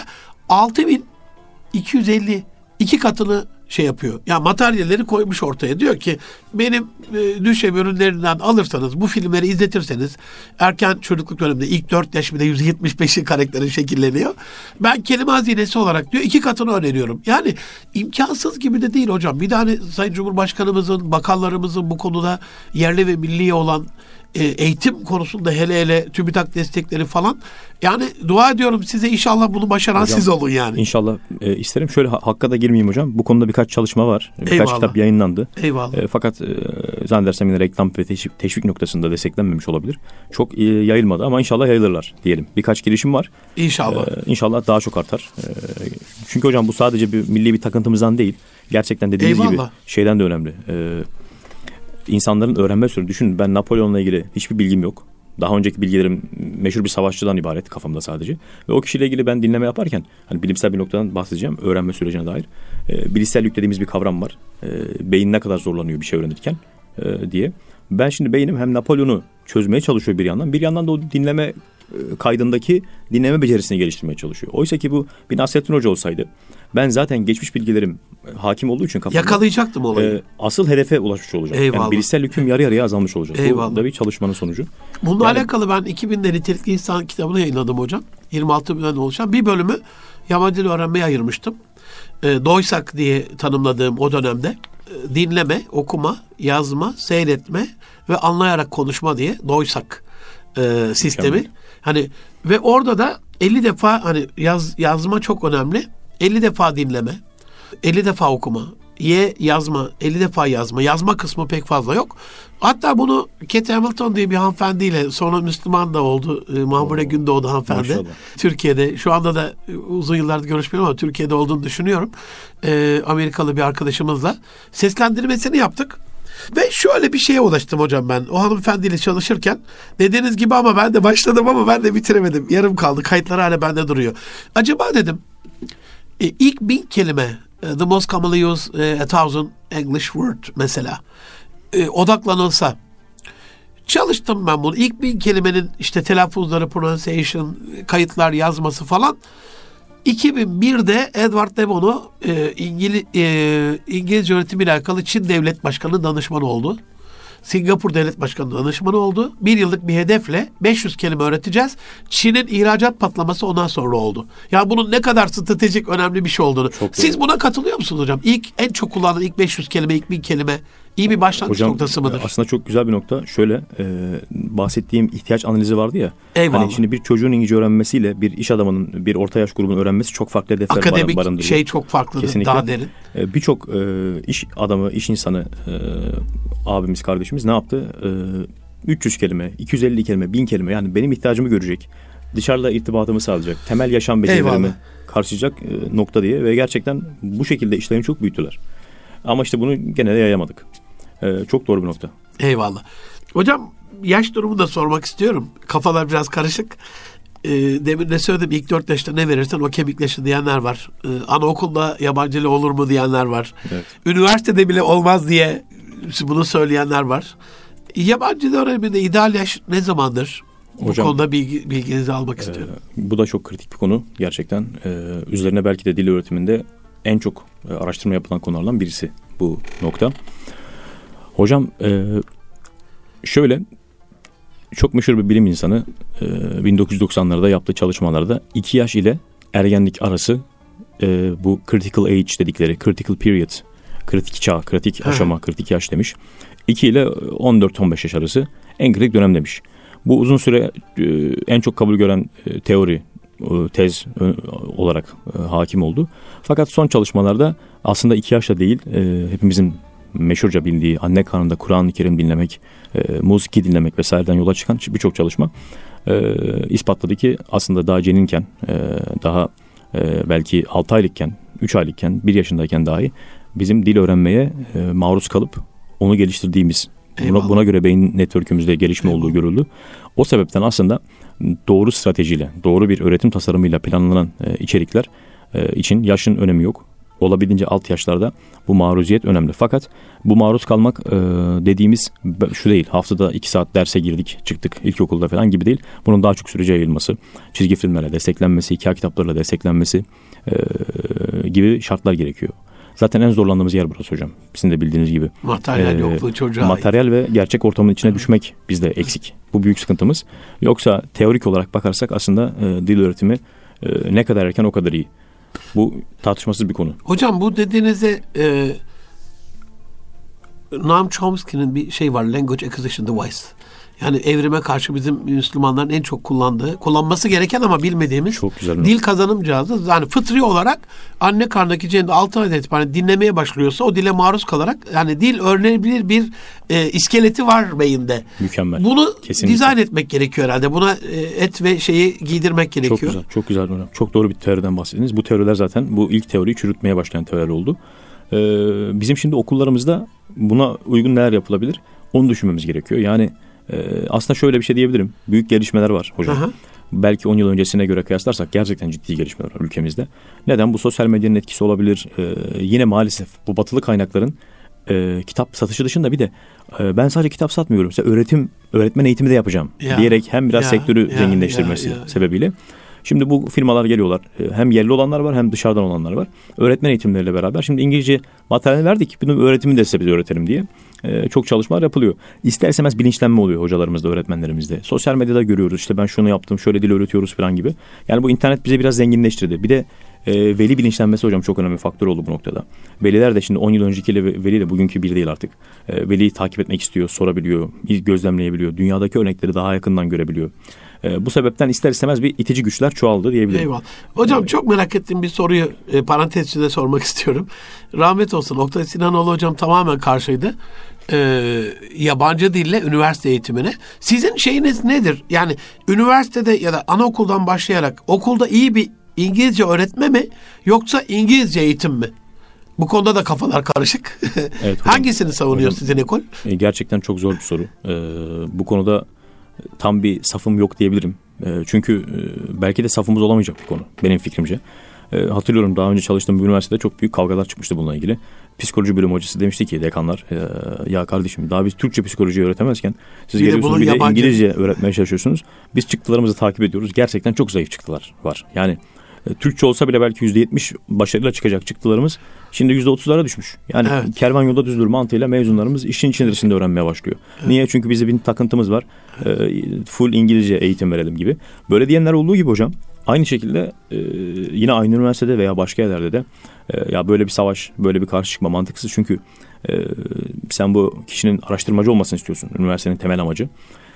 6250 2 katını şey yapıyor. Ya materyalleri koymuş ortaya. Diyor ki benim düşev ürünlerinden alırsanız, bu filmleri izletirseniz, erken çocukluk döneminde ilk 4 yaş bile %75'i karakterin şekilleniyor. Ben kelime hazinesi olarak diyor 2 katını öneriyorum. Yani imkansız gibi de değil hocam. Bir de hani Sayın Cumhurbaşkanımızın, bakanlarımızın bu konuda yerli ve milli olan eğitim konusunda hele hele TÜBİTAK destekleri falan. Yani dua ediyorum size, inşallah bunu başaran hocam, siz olun yani. İnşallah isterim. Şöyle hakka da girmeyeyim hocam. Bu konuda birkaç çalışma var. Birkaç Eyvallah. kitap yayınlandı. Eyvallah. Fakat zannedersem yine reklam ve teşvik noktasında desteklenmemiş olabilir. Çok yayılmadı ama inşallah yayılırlar diyelim. Birkaç girişim var. İnşallah. İnşallah daha çok artar. Çünkü hocam bu sadece bir milli bir takıntımızdan değil. Gerçekten dediğiniz gibi şeyden de önemli. İnsanların öğrenme süreci. Düşünün, ben Napolyon'la ilgili hiçbir bilgim yok. Daha önceki bilgilerim meşhur bir savaşçıdan ibaret kafamda sadece. Ve o kişiyle ilgili ben dinleme yaparken hani bilimsel bir noktadan bahsedeceğim. Öğrenme sürecine dair. Bilişsel yük dediğimiz bir kavram var. Beyin ne kadar zorlanıyor bir şey öğrenirken diye. Ben şimdi beynim hem Napolyon'u çözmeye çalışıyor bir yandan. Bir yandan da o dinleme kaydındaki dinleme becerisini geliştirmeye çalışıyor. Oysa ki bu bir Nasrettin Hoca olsaydı, ben zaten geçmiş bilgilerim hakim olduğu için kafamda yakalayacaktım olayı. Asıl hedefe ulaşmış olacağım. Eyvallah. Yani bilişsel yüküm yarı yarıya azalmış olacak. Eyvallah. Bu da bir çalışmanın sonucu. Bununla alakalı ben 2000'de Nitelikli İnsan kitabını yayınladım hocam. 26 bölümden oluşan bir bölümü yabancı dil öğrenmeye ayırmıştım. Doysak diye tanımladığım o dönemde dinleme, okuma, yazma, seyretme ve anlayarak konuşma diye Doysak sistemi. Mükemmel. Hani ve orada da 50 defa hani yazma çok önemli. 50 defa dinleme, 50 defa okuma, yazma, 50 defa yazma. Yazma kısmı pek fazla yok. Hatta bunu Kate Hamilton diye bir hanımefendiyle, sonra Müslüman da oldu, Mahmure Gündoğdu hanımefendi. Maşallah. Türkiye'de, şu anda da uzun yıllardır görüşmüyorum ama Türkiye'de olduğunu düşünüyorum. Amerikalı bir arkadaşımızla seslendirmesini yaptık. Ve şöyle bir şeye ulaştım hocam ben. O hanımefendiyle çalışırken, dediğiniz gibi, ama ben de başladım ama ben de bitiremedim. Yarım kaldı. Kayıtları hala bende duruyor. Acaba dedim ilk 1000 kelime, the most commonly used 1000 English word mesela, odaklanılsa, çalıştım ben bunu. İlk 1000 kelimenin işte telaffuzları, pronunciation, kayıtlar yazması falan. 2001'de Edward de Bono İngilizce öğretimiyle alakalı Çin Devlet Başkanı danışmanı oldu. Singapur Devlet Başkanı danışmanı oldu. 1 yıllık bir hedefle 500 kelime öğreteceğiz. Çin'in ihracat patlaması ondan sonra oldu. Yani bunun ne kadar stratejik, önemli bir şey olduğunu. Siz buna katılıyor musunuz hocam? İlk çok kullanılan ilk 500 kelime, ilk 1000 kelime iyi bir başlangıç noktası mıdır? Aslında çok güzel bir nokta. Şöyle bahsettiğim ihtiyaç analizi vardı ya. Eyvallah. Hani şimdi bir çocuğun İngilizce öğrenmesiyle bir iş adamının, bir orta yaş grubunun öğrenmesi çok farklı hedefler akademik barındırıyor. şey çok farklı, daha derin. Birçok iş adamı, iş insanı abimiz, kardeşimiz ne yaptı? 300 kelime, 250 kelime, 1000 kelime, yani benim ihtiyacımı görecek. Dışarıda irtibatımı sağlayacak. Temel yaşam becerilerimi karşılayacak nokta diye ve gerçekten bu şekilde işlerini çok büyüttüler. Ama işte bunu gene de yayamadık. Çok doğru bir nokta. Eyvallah. Hocam yaş durumunu da sormak istiyorum. Kafalar biraz karışık. Demin de söyledim, ilk 4 yaşta ne verirsen o kemikleşir diyenler var. Anaokulda yabancı dil olur mu diyenler var. Evet. Üniversitede bile olmaz diye bunu söyleyenler var. Yabancı dil öğreniminde ideal yaş ne zamandır? Hocam, bu konuda bilginizi almak istiyorum. Bu da çok kritik bir konu gerçekten. Üzerine belki de dil öğretiminde en çok araştırma yapılan konulardan birisi bu nokta. Hocam şöyle, çok meşhur bir bilim insanı 1990'larda yaptığı çalışmalarda 2 yaş ile ergenlik arası bu critical age dedikleri, critical period, kritik çağ, kritik aşama, kritik yaş demiş. 2 ile 14-15 yaş arası en kritik dönem demiş. Bu uzun süre en çok kabul gören teori, tez olarak hakim oldu. Fakat son çalışmalarda aslında 2 yaşla değil, hepimizin meşhurca bildiği anne karnında Kur'an-ı Kerim dinlemek, musiki dinlemek vesaireden yola çıkan birçok çalışma ispatladı ki aslında daha ceninken, daha belki 6 aylıkken, 3 aylıkken, 1 yaşındayken dahi bizim dil öğrenmeye maruz kalıp onu geliştirdiğimiz, buna göre beyin network'ümüzde gelişme olduğu görüldü. O sebepten aslında doğru stratejiyle, doğru bir öğretim tasarımıyla planlanan içerikler için yaşın önemi yok. Olabildiğince alt yaşlarda bu maruziyet önemli. Fakat bu maruz kalmak dediğimiz şu değil. Haftada 2 saat derse girdik, çıktık ilkokulda falan gibi değil. Bunun daha çok sürece yayılması, çizgi filmlerle desteklenmesi, hikaye kitaplarıyla desteklenmesi gibi şartlar gerekiyor. Zaten en zorlandığımız yer burası hocam. Sizin de bildiğiniz gibi. Materyal yokluğu çocuğa. Materyal ve gerçek ortamın içine düşmek bizde eksik. Bu büyük sıkıntımız. Yoksa teorik olarak bakarsak aslında dil öğretimi ne kadar erken o kadar iyi. Bu tartışmasız bir konu. Hocam bu dediğinizde Noam Chomsky'nin bir şey var. Language Acquisition Device. Yani evrime karşı bizim Müslümanların en çok kullanması gereken ama bilmediğimiz dil kazanım cihazı. Yani fıtri olarak anne karnındaki ceninde 6 aydan itibaren dinlemeye başlıyorsa o dile maruz kalarak yani dil öğrenebilir bir iskeleti var beyinde. Mükemmel. Bunu dizayn etmek gerekiyor herhalde. Buna et ve şeyi giydirmek gerekiyor. Çok güzel, çok güzel hocam. Çok doğru bir teoriden bahsettiniz. Bu teoriler zaten bu ilk teoriyi çürütmeye başlayan teoriler oldu. Bizim şimdi okullarımızda buna uygun neler yapılabilir? Onu düşünmemiz gerekiyor. Yani aslında şöyle bir şey diyebilirim. Büyük gelişmeler var hocam. Aha. Belki 10 yıl öncesine göre kıyaslarsak gerçekten ciddi gelişmeler var ülkemizde. Neden? Bu sosyal medyanın etkisi olabilir. Yine maalesef bu batılı kaynakların kitap satışı dışında bir de ben sadece kitap satmıyorum. Öğretmen eğitimi de yapacağım diyerek hem biraz sektörü zenginleştirmesi sebebiyle. Şimdi bu firmalar geliyorlar. Hem yerli olanlar var hem dışarıdan olanlar var. Öğretmen eğitimleriyle beraber. Şimdi İngilizce materyal verdik. Bunun öğretimini de size biz öğretelim diye. Çok çalışmalar yapılıyor. İster istemez bilinçlenme oluyor hocalarımızda, öğretmenlerimizde. Sosyal medyada görüyoruz. İşte ben şunu yaptım, şöyle dil öğretiyoruz falan gibi. Yani bu internet bize biraz zenginleştirdi. Bir de veli bilinçlenmesi hocam çok önemli bir faktör oldu bu noktada. Veliler de şimdi 10 yıl öncekiyle veliyle bugünkü bir değil artık. Veliyi takip etmek istiyor, sorabiliyor, gözlemleyebiliyor. Dünyadaki örnekleri daha yakından görebiliyor. Bu sebepten ister istemez bir itici güçler çoğaldı diyebilirim. Eyvallah. Hocam çok merak ettiğim bir soruyu parantez içinde sormak istiyorum. Rahmet olsun Oktay Sinanoğlu hocam tamamen karşıydı. Yabancı dille üniversite eğitimine. Sizin şeyiniz nedir? Yani üniversitede ya da anaokuldan başlayarak okulda iyi bir İngilizce öğretme mi yoksa İngilizce eğitim mi? Bu konuda da kafalar karışık. Evet, hangisini savunuyor hocam, sizin ekol? Gerçekten çok zor bir soru. Bu konuda tam bir safım yok diyebilirim. Çünkü belki de safımız olamayacak bir konu benim fikrimce. Hatırlıyorum daha önce çalıştığım bir üniversitede çok büyük kavgalar çıkmıştı bununla ilgili. Psikoloji bölüm hocası demişti ki dekanlar ya kardeşim daha biz Türkçe psikoloji öğretemezken siz geliyorsunuz bir de İngilizce öğretmeye çalışıyorsunuz. Biz çıktılarımızı takip ediyoruz. Gerçekten çok zayıf çıktılar var. Yani Türkçe olsa bile belki %70 başarıyla çıkacak çıktılarımız şimdi %30'lara düşmüş. Yani kervan yolda düzdür mantığıyla mezunlarımız işin içerisinde öğrenmeye başlıyor. Evet. Niye? Çünkü bizim bir takıntımız var. Full İngilizce eğitim verelim gibi. Böyle diyenler olduğu gibi hocam aynı şekilde yine aynı üniversitede veya başka yerlerde de ya böyle bir savaş, böyle bir karşı çıkma mantıksız. Çünkü sen bu kişinin araştırmacı olmasını istiyorsun. Üniversitenin temel amacı.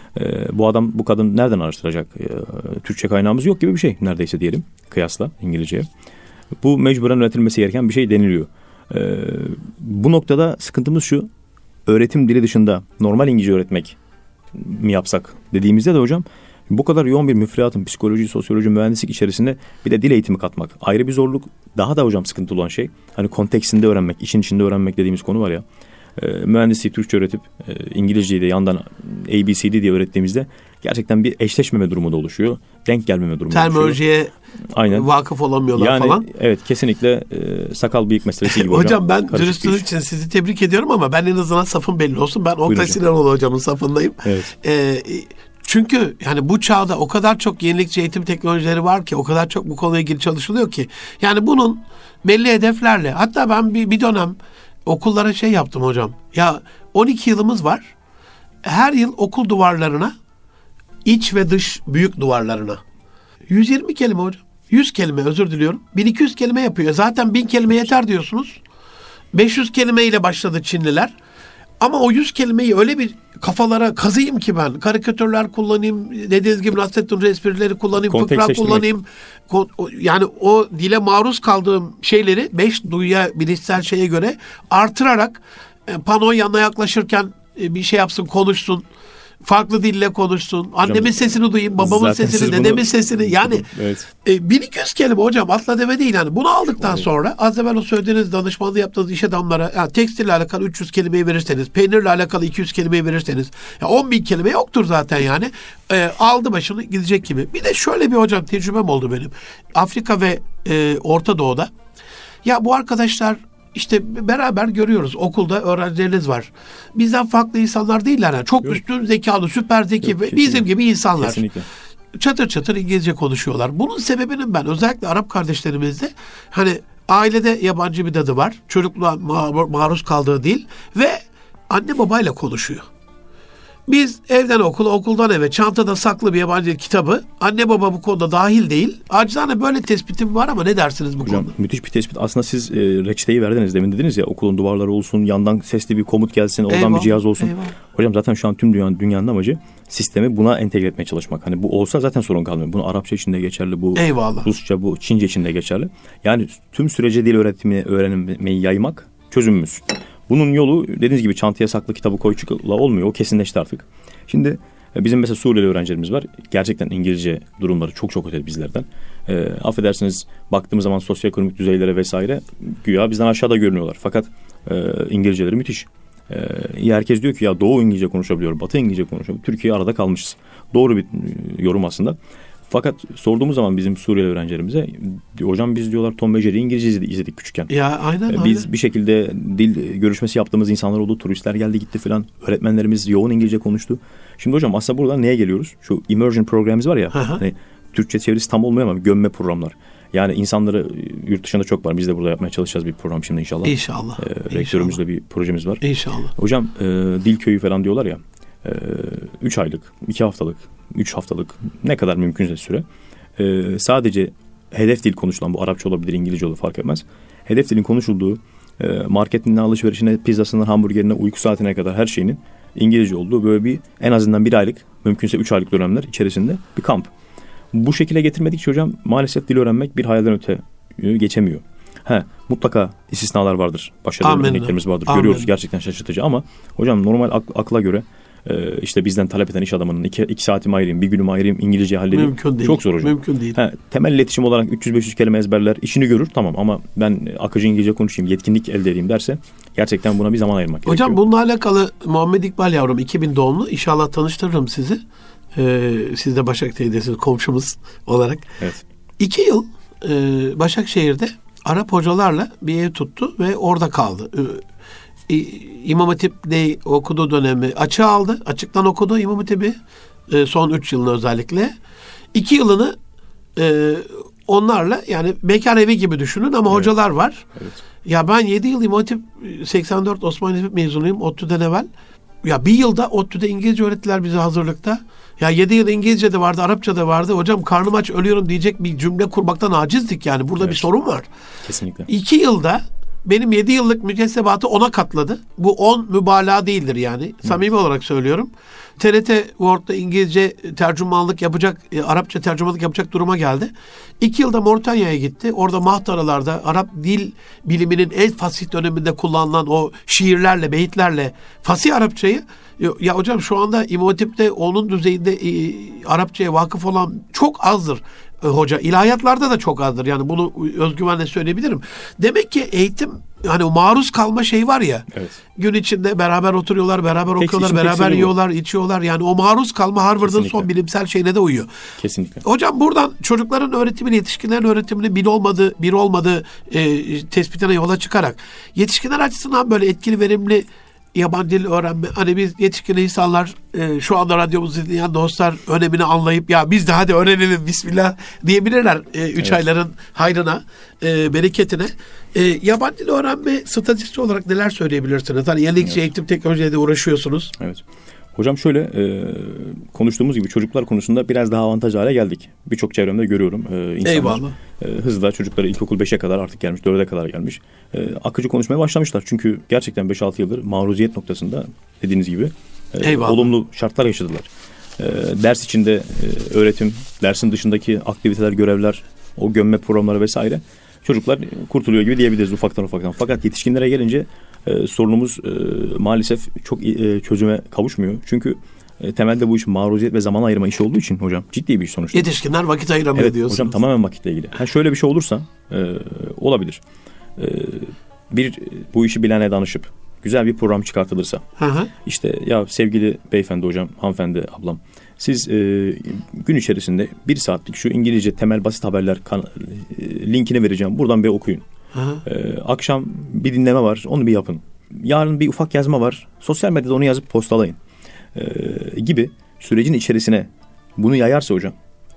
Bu kadın nereden araştıracak? Türkçe kaynağımız yok gibi bir şey neredeyse diyelim kıyasla İngilizceye. Bu mecburen üretilmesi gereken bir şey deniliyor. Bu noktada sıkıntımız şu. Öğretim dili dışında normal İngilizce öğretmek mi yapsak dediğimizde de hocam bu kadar yoğun bir müfredatın psikoloji, sosyoloji, mühendislik içerisinde bir de dil eğitimi katmak ayrı bir zorluk. Daha da hocam sıkıntılı olan şey hani kontekstinde öğrenmek, işin içinde öğrenmek dediğimiz konu var ya. Mühendisliği Türkçe öğretip İngilizceyi de yandan ABCD diye öğrettiğimizde gerçekten bir eşleşmeme durumu da oluşuyor. Denk gelmeme durumu oluşuyor. Terminolojiye vakıf olamıyorlar yani, falan. Evet kesinlikle sakal bıyık meselesi gibi hocam. Hocam ben dürüstlüğünüz için sizi tebrik ediyorum ama ben en azından safım belli olsun. Ben Oktay Sinanoğlu hocamın safındayım. Evet. Çünkü yani bu çağda o kadar çok yenilikçi eğitim teknolojileri var ki o kadar çok bu konuyla ilgili çalışılıyor ki yani bunun belli hedeflerle hatta ben bir dönem okullara şey yaptım hocam. Ya 12 yılımız var. Her yıl okul duvarlarına, iç ve dış büyük duvarlarına 120 kelime hocam. 100 kelime, özür diliyorum. 1200 kelime yapıyor. Zaten 1000 kelime yeter diyorsunuz. 500 kelimeyle başladı Çinliler. Ama o 100 kelimeyi öyle bir kafalara kazıyım ki ben. Karikatürler kullanayım, dediğiniz gibi Nasrettin esprileri kullanayım, fıkra kullanayım. Yani o dile maruz kaldığım şeyleri 5 duyuya, bilişsel şeye göre artırarak pano yanına yaklaşırken bir şey yapsın, konuşsun. Farklı dille konuşsun. Annemin hocam, sesini duyayım, babamın sesini, dedemin sesini. Yani evet. 1200 kelime hocam, atla deve değil yani. Bunu aldıktan sonra az evvel o söylediğiniz danışmanlığı yaptığınız iş adamlara yani tekstille alakalı 300 kelimeyi verirseniz, peynirle alakalı 200 kelimeyi verirseniz 10.000 kelime yoktur zaten yani. Aldı başını gidecek gibi. Bir de şöyle bir hocam tecrübem oldu benim. Afrika ve Orta Doğu'da. Ya bu arkadaşlar İşte beraber görüyoruz. Okulda öğrencileriniz var. Bizden farklı insanlar değiller. Yani. Çok üstün zekalı, süper zeki ve bizim gibi insanlar. Kesinlikle. Çatır çatır İngilizce konuşuyorlar. Bunun sebebinin ben özellikle Arap kardeşlerimizde hani ailede yabancı bir dadı var. Çocukluğa maruz kaldığı dil ve anne babayla konuşuyor. Biz evden okula, okuldan eve, çantada saklı bir yabancı kitabı, anne baba bu konuda dahil değil. Acizane böyle tespitim var ama ne dersiniz bu konuda? Müthiş bir tespit. Aslında siz reçeteyi verdiniz, demin dediniz ya, okulun duvarları olsun, yandan sesli bir komut gelsin, oradan bir cihaz olsun. Eyvallah. Hocam zaten şu an tüm dünyanın amacı sistemi buna entegre etmeye çalışmak. Hani bu olsa zaten sorun kalmıyor. Bunu Arapça için de geçerli, bu Rusça, bu Çince için de geçerli. Yani tüm sürece dil öğrenmeyi yaymak çözümümüz. Bunun yolu dediğiniz gibi çantaya saklı kitabı koy çıkla olmuyor. O kesinleşti artık. Şimdi bizim mesela Suriyeli öğrencilerimiz var. Gerçekten İngilizce durumları çok öte bizlerden. Affedersiniz, baktığımız zaman sosyoekonomik düzeylere vesaire güya bizden aşağıda görünüyorlar. Fakat İngilizceleri müthiş. Herkes diyor ki ya Doğu İngilizce konuşabiliyor, Batı İngilizce konuşabiliyor. Türkiye arada kalmışız. Doğru bir yorum aslında. Fakat sorduğumuz zaman bizim Suriyeli öğrencilerimize, hocam biz diyorlar Tom ve Jerry İngilizce izledik küçükken. Ya aynen. Biz bir şekilde dil görüşmesi yaptığımız insanlar oldu. Turistler geldi gitti falan. Öğretmenlerimiz yoğun İngilizce konuştu. Şimdi hocam aslında buradan neye geliyoruz? Şu immersion programımız var ya. Hani Türkçe çevirisi tam olmuyor ama gömme programlar. Yani insanları yurt dışında çok var. Biz de burada yapmaya çalışacağız bir program şimdi inşallah. İnşallah. Rektörümüzle bir projemiz var. İnşallah. Hocam dil köyü falan diyorlar ya. 3 aylık, 2 haftalık, 3 haftalık ne kadar mümkünse süre sadece hedef dil konuşulan, bu Arapça olabilir, İngilizce olur fark etmez. Hedef dilin konuşulduğu marketinden alışverişine, pizzasından hamburgerine, uyku saatine kadar her şeyinin İngilizce olduğu böyle bir en azından 1 aylık, mümkünse 3 aylık dönemler içerisinde bir kamp. Bu şekilde getirmedikçe hocam maalesef dil öğrenmek bir hayalden öte geçemiyor. Mutlaka istisnalar vardır. Başarılı örneklerimiz vardır. Amin. Görüyoruz, gerçekten şaşırtıcı ama hocam normal akla göre işte bizden talep eden iş adamının 2 saatimi ayırayım, 1 günümü ayırayım, İngilizce halledeyim. Mümkün değil. Çok zor hocam. Mümkün değil. Temel iletişim olarak 300-500 kelime ezberler, işini görür tamam ama ben akıcı İngilizce konuşayım, yetkinlik elde edeyim derse gerçekten buna bir zaman ayırmak gerekiyor. Hocam bununla alakalı Muhammed İkbal yavrum 2000 doğumlu, İnşallah tanıştırırım sizi. Siz de Başakşehir'desiniz, komşumuz olarak. Evet. 2 yıl Başakşehir'de Arap hocalarla bir ev tuttu ve orada kaldı. İmam Hatip'de okuduğu dönemi açığa aldı. Açıktan okudu İmam Hatip'i. Son 3 yılını özellikle. 2 yılını onlarla, yani bekar evi gibi düşünün ama hocalar var. Evet. Ya ben 7 yıl İmam Hatip 84 Osmanlı Hatip mezunuyum ODTÜ'den evvel. Ya 1 yılda ODTÜ'de İngilizce öğrettiler bize hazırlıkta. Ya 7 yıl İngilizce de vardı, Arapça da vardı. Hocam karnım aç ölüyorum diyecek bir cümle kurmaktan acizdik yani. Burada bir sorun var. Kesinlikle. 2 yılda benim 7 yıllık mükessebatı 10'a katladı. Bu 10 mübalağa değildir yani. Samimi olarak söylüyorum. TRT Word'da İngilizce tercümanlık yapacak, Arapça tercümanlık yapacak duruma geldi. 2 yılda Moritanya'ya gitti. Orada Mahtaralarda Arap dil biliminin en fasih döneminde kullanılan o şiirlerle, beyitlerle fasih Arapçayı, ya hocam şu anda İmam Hatip'te onun düzeyinde Arapçaya vakıf olan çok azdır. Hoca ilahiyatlarda da çok azdır. Yani bunu özgüvenle söyleyebilirim. Demek ki eğitim, hani o maruz kalma şey var ya. Evet. Gün içinde beraber oturuyorlar, beraber okuyorlar, beraber yiyorlar, içiyorlar. Yani o maruz kalma Harvard'ın son bilimsel şeyine de uyuyor. Kesinlikle. Hocam buradan çocukların öğretimini, yetişkinlerin öğretimini bir olmadığı tespitine yola çıkarak yetişkinler açısından böyle etkili, verimli yabancı dil öğrenme, hani biz yetişkin insanlar şu anda radyomuzu dinleyen dostlar önemini anlayıp ya biz de hadi öğrenelim bismillah diyebilirler 3 ayların hayrına, bereketine. Yabancı dil öğrenme stratejisi olarak neler söyleyebilirsiniz? Hani yenilikçi eğitim teknolojiyle de uğraşıyorsunuz. Evet. Hocam şöyle konuştuğumuz gibi çocuklar konusunda biraz daha avantaj hale geldik. Birçok çevremde görüyorum insanlar. Eyvallah. Hızla çocukları ilkokul 5'e kadar artık gelmiş, 4'e kadar gelmiş. Akıcı konuşmaya başlamışlar. Çünkü gerçekten 5-6 yıldır maruziyet noktasında dediğiniz gibi olumlu şartlar yaşadılar. Ders içinde öğretim, dersin dışındaki aktiviteler, görevler, o gömme programları vesaire çocuklar kurtuluyor gibi diyebiliriz ufaktan. Fakat yetişkinlere gelince sorunumuz maalesef çok çözüme kavuşmuyor. Çünkü temelde bu iş maruziyet ve zaman ayırma işi olduğu için hocam ciddi bir iş sonuçta. Yetişkinler vakit ayıramıyor evet, diyorsunuz. Hocam tamamen vakitle ilgili. Şöyle bir şey olursa olabilir. Bu işi bilene danışıp güzel bir program çıkartılırsa. İşte ya sevgili beyefendi hocam, hanımefendi ablam, siz gün içerisinde 1 saatlik şu İngilizce temel basit haberler linkini vereceğim. Buradan bir okuyun. Akşam bir dinleme var, onu bir yapın. Yarın bir ufak yazma var, sosyal medyada onu yazıp postalayın. Gibi sürecin içerisine bunu yayarsa hocam,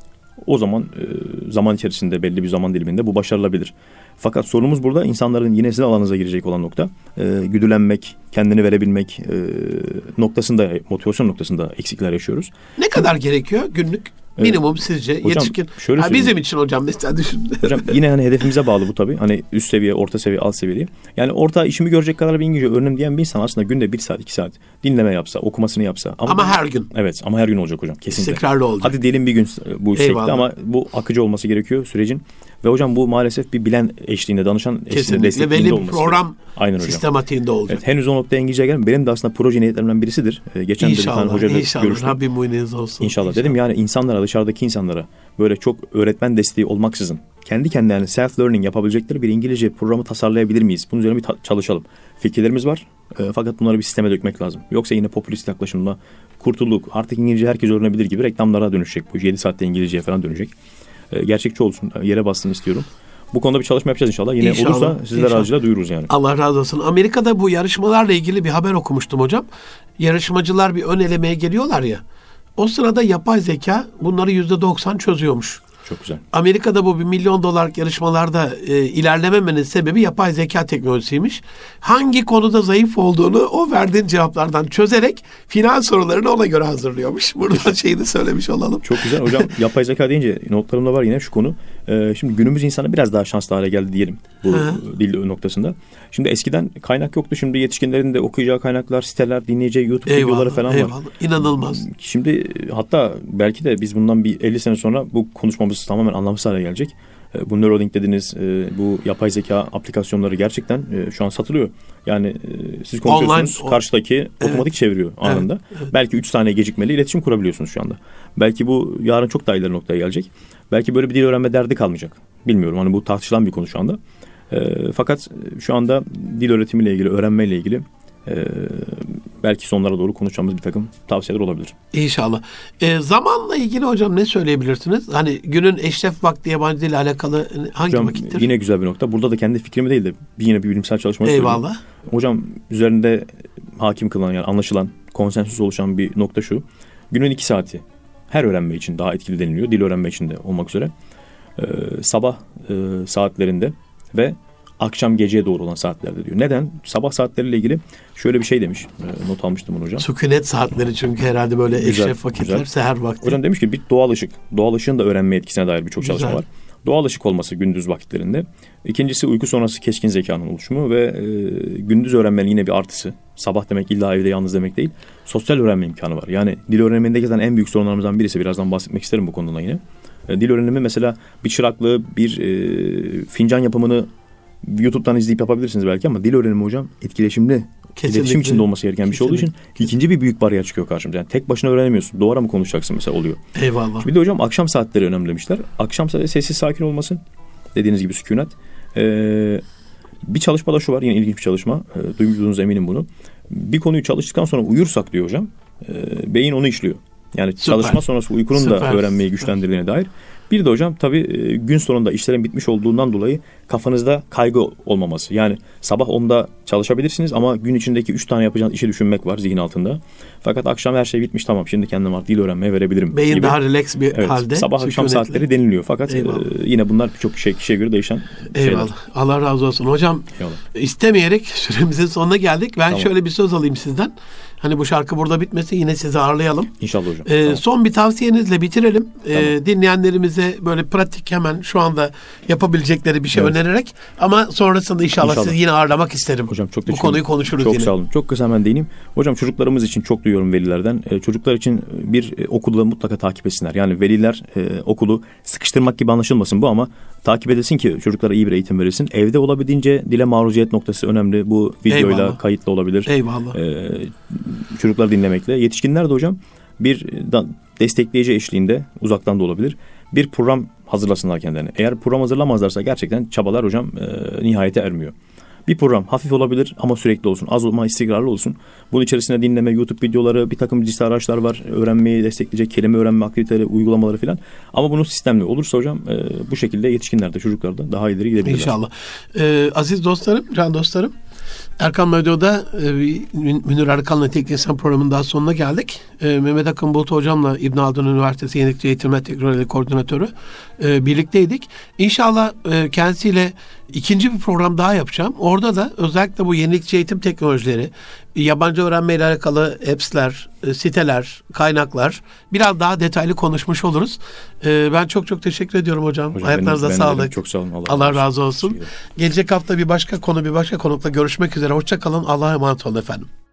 o zaman zaman içerisinde belli bir zaman diliminde bu başarılabilir. Fakat sorunumuz burada insanların yine sizin alanınıza girecek olan nokta güdülenmek, kendini verebilmek noktasında, motivasyon noktasında eksikler yaşıyoruz. Ne kadar gerekiyor günlük? Minimum sizce hocam, yetişkin? Bizim için hocam mesela düşünün. Hocam yine hani hedefimize bağlı bu tabii. Hani üst seviye, orta seviye, alt seviye değil. Yani orta işimi görecek kadar bir İngilizce öğrenim diyen bir insan aslında günde 1 saat, 2 saat dinleme yapsa, okumasını yapsa. Ama her gün. Evet, ama her gün olacak hocam kesinlikle. İstikrarlı olacak. Hadi diyelim bir gün bu istekli ama bu akıcı olması gerekiyor sürecin. Ve hocam bu maalesef bir bilen eşliğinde, danışan eşliğinde, destekliğinde olması. Kesinlikle. Belli bir program sistematiğinde olacak. Evet, henüz o noktaya İngilizce gelmedi. Benim de aslında proje niyetlerimden birisidir. Geçen de bir tane hocayla görüştüm. Rabbim muyniniz olsun. İnşallah. Dedim yani insanlara, dışarıdaki insanlara böyle çok öğretmen desteği olmaksızın kendi kendilerine self-learning yapabilecekleri bir İngilizce programı tasarlayabilir miyiz? Bunun üzerine bir çalışalım. Fikirlerimiz var. Fakat bunları bir sisteme dökmek lazım. Yoksa yine popülist yaklaşımla kurtulduk. Artık İngilizce herkes öğrenebilir gibi reklamlara dönüşecek. Bu 7 saatte İngilizceye falan dönecek. Gerçekçi olsun. Yere bastığını istiyorum. Bu konuda bir çalışma yapacağız inşallah. Yine olursa sizler aracılığıyla duyururuz yani. Allah razı olsun. Amerika'da bu yarışmalarla ilgili bir haber okumuştum hocam. Yarışmacılar bir ön elemeye geliyorlar ya. O sırada yapay zeka bunları %90 çözüyormuş. Çok güzel. Amerika'da bu $1 milyon yarışmalarda ilerlememenin sebebi yapay zeka teknolojisiymiş. Hangi konuda zayıf olduğunu o verdiğin cevaplardan çözerek final sorularını ona göre hazırlıyormuş. Buradan şeyini söylemiş olalım. Çok güzel hocam. Yapay zeka deyince notlarımda var yine şu konu. Şimdi günümüz insanı biraz daha şanslı hale geldi diyelim bu dil noktasında. Şimdi eskiden kaynak yoktu. Şimdi yetişkinlerin de okuyacağı kaynaklar, siteler, dinleyeceği YouTube videoları falan var. İnanılmaz. Şimdi hatta belki de biz bundan bir 50 sene sonra bu konuşmamız tamamen anlamsız hale gelecek. Bu Neuralink dediğiniz bu yapay zeka aplikasyonları gerçekten şu an satılıyor. Yani siz konuşuyorsunuz, karşıdaki otomatik çeviriyor anında. Evet. Belki 3 saniye gecikmeli iletişim kurabiliyorsunuz şu anda. Belki bu yarın çok daha ileri noktaya gelecek. Belki böyle bir dil öğrenme derdi kalmayacak. Bilmiyorum. Hani bu tartışılan bir konu şu anda. Fakat şu anda dil öğretimiyle ilgili, öğrenmeyle ilgili belki sonlara doğru konuşacağımız bir takım tavsiyeler olabilir. İnşallah. Zamanla ilgili hocam ne söyleyebilirsiniz? Hani günün eşref vakti yabancı dille alakalı hangi hocam, vakittir? Yine güzel bir nokta. Burada da kendi fikrimi değil de yine bir bilimsel çalışma söyleyeyim. Hocam üzerinde hakim kılınan yani anlaşılan, konsensüs oluşan bir nokta şu. Günün 2 saati her öğrenme için daha etkili deniliyor. Dil öğrenme için de olmak üzere. Sabah saatlerinde ve akşam geceye doğru olan saatlerde diyor. Neden? Sabah saatleriyle ilgili şöyle bir şey demiş. Not almıştım bunu hocam. Sükunet saatleri çünkü herhalde böyle eşref vakitler, seher vakti. Hocam demiş ki bir doğal ışık. Doğal ışığın da öğrenme etkisine dair birçok çalışma var. Doğal ışık olması gündüz vakitlerinde. İkincisi uyku sonrası keskin zekanın oluşumu ve gündüz öğrenmenin yine bir artısı. Sabah demek illa evde yalnız demek değil. Sosyal öğrenme imkanı var. Yani dil öğrenimindeki zaten en büyük sorunlarımızdan birisi. Birazdan bahsetmek isterim bu konuda yine. Dil öğrenimi mesela bir çıraklığı, bir fincan yapımını YouTube'dan izleyip yapabilirsiniz belki ama dil öğrenimi hocam etkileşimli. Kesinlikle. İletişim içinde olması gereken bir şey olduğu için ikinci bir büyük bariyer çıkıyor karşımıza. Yani tek başına öğrenemiyorsun. Duvara mı konuşacaksın mesela oluyor. Eyvallah. Bir de hocam akşam saatleri önemli demişler. Akşam saatleri sessiz sakin olması. Dediğiniz gibi sükunet. Bir çalışmada şu var. Yine ilginç bir çalışma. Duyduğunuz eminim bunu. Bir konuyu çalıştıktan sonra uyursak diyor hocam. Beyin onu işliyor. Yani çalışma sonrası uykunun da öğrenmeyi güçlendirdiğine dair. Bir de hocam tabii gün sonunda işlerin bitmiş olduğundan dolayı kafanızda kaygı olmaması. Yani sabah 10'da çalışabilirsiniz ama gün içindeki 3 tane yapacağınız işi düşünmek var zihin altında. Fakat akşam her şey bitmiş, tamam şimdi kendime artık dil öğrenmeye verebilirim. Beyin gibi. daha relax bir halde. Sabah akşam saatleri deniliyor fakat yine bunlar birçok kişiye göre değişen şeyler. Eyvallah. Allah razı olsun. Hocam Eyvallah. İstemeyerek süremizin sonuna geldik. Ben şöyle bir söz alayım sizden. Hani bu şarkı burada bitmesin, yine sizi ağırlayalım. İnşallah hocam. Son bir tavsiyenizle bitirelim. Dinleyenlerimize böyle pratik hemen şu anda yapabilecekleri bir şey önererek, ama sonrasında inşallah sizi yine ağırlamak isterim. Hocam çok bu konuyu konuşuruz çok yine. Çok sağ olun. Çok kısa hemen değineyim. Hocam çocuklarımız için çok duyuyorum velilerden. Çocuklar için bir okulu mutlaka takip etsinler. Yani veliler okulu sıkıştırmak gibi anlaşılmasın bu, ama takip edesin ki çocuklara iyi bir eğitim verilsin. Evde olabildiğince dile maruziyet noktası önemli. Bu videoyla, kayıtla olabilir. Eyvallah. Çocukları dinlemekle. Yetişkinler de hocam bir destekleyici eşliğinde, uzaktan da olabilir, bir program hazırlasınlar kendilerine. Eğer program hazırlamazlarsa gerçekten çabalar hocam nihayete ermiyor. Bir program hafif olabilir ama sürekli olsun. Az ama istikrarlı olsun. Bunun içerisinde dinleme, YouTube videoları, bir takım dijital araçlar var. Öğrenmeyi destekleyecek kelime öğrenme aktiviteleri, uygulamaları filan. Ama bunun sistemli olursa hocam bu şekilde yetişkinler de çocuklar da daha ileri gidebilirler. İnşallah. Aziz dostlarım, can dostlarım, Erkam Radyo'da Münir Arıkan'la Teknisyen programının daha sonuna geldik. Mehmet Akın Bulut Hocam'la İbn Haldun Üniversitesi Yenilikçi Eğitim ve Teknoloji Koordinatörü birlikteydik. İnşallah kendisiyle ikinci bir program daha yapacağım. Orada da özellikle bu yenilikçi eğitim teknolojileri, yabancı öğrenmeyle alakalı apps'ler, siteler, kaynaklar biraz daha detaylı konuşmuş oluruz. Ben çok teşekkür ediyorum hocam. Ayaklarınıza sağlık. Çok sağ olun. Allah razı olsun. Gelecek hafta bir başka konu, bir başka konukla görüşmek üzere. Hoşça kalın. Allah'a emanet olun efendim.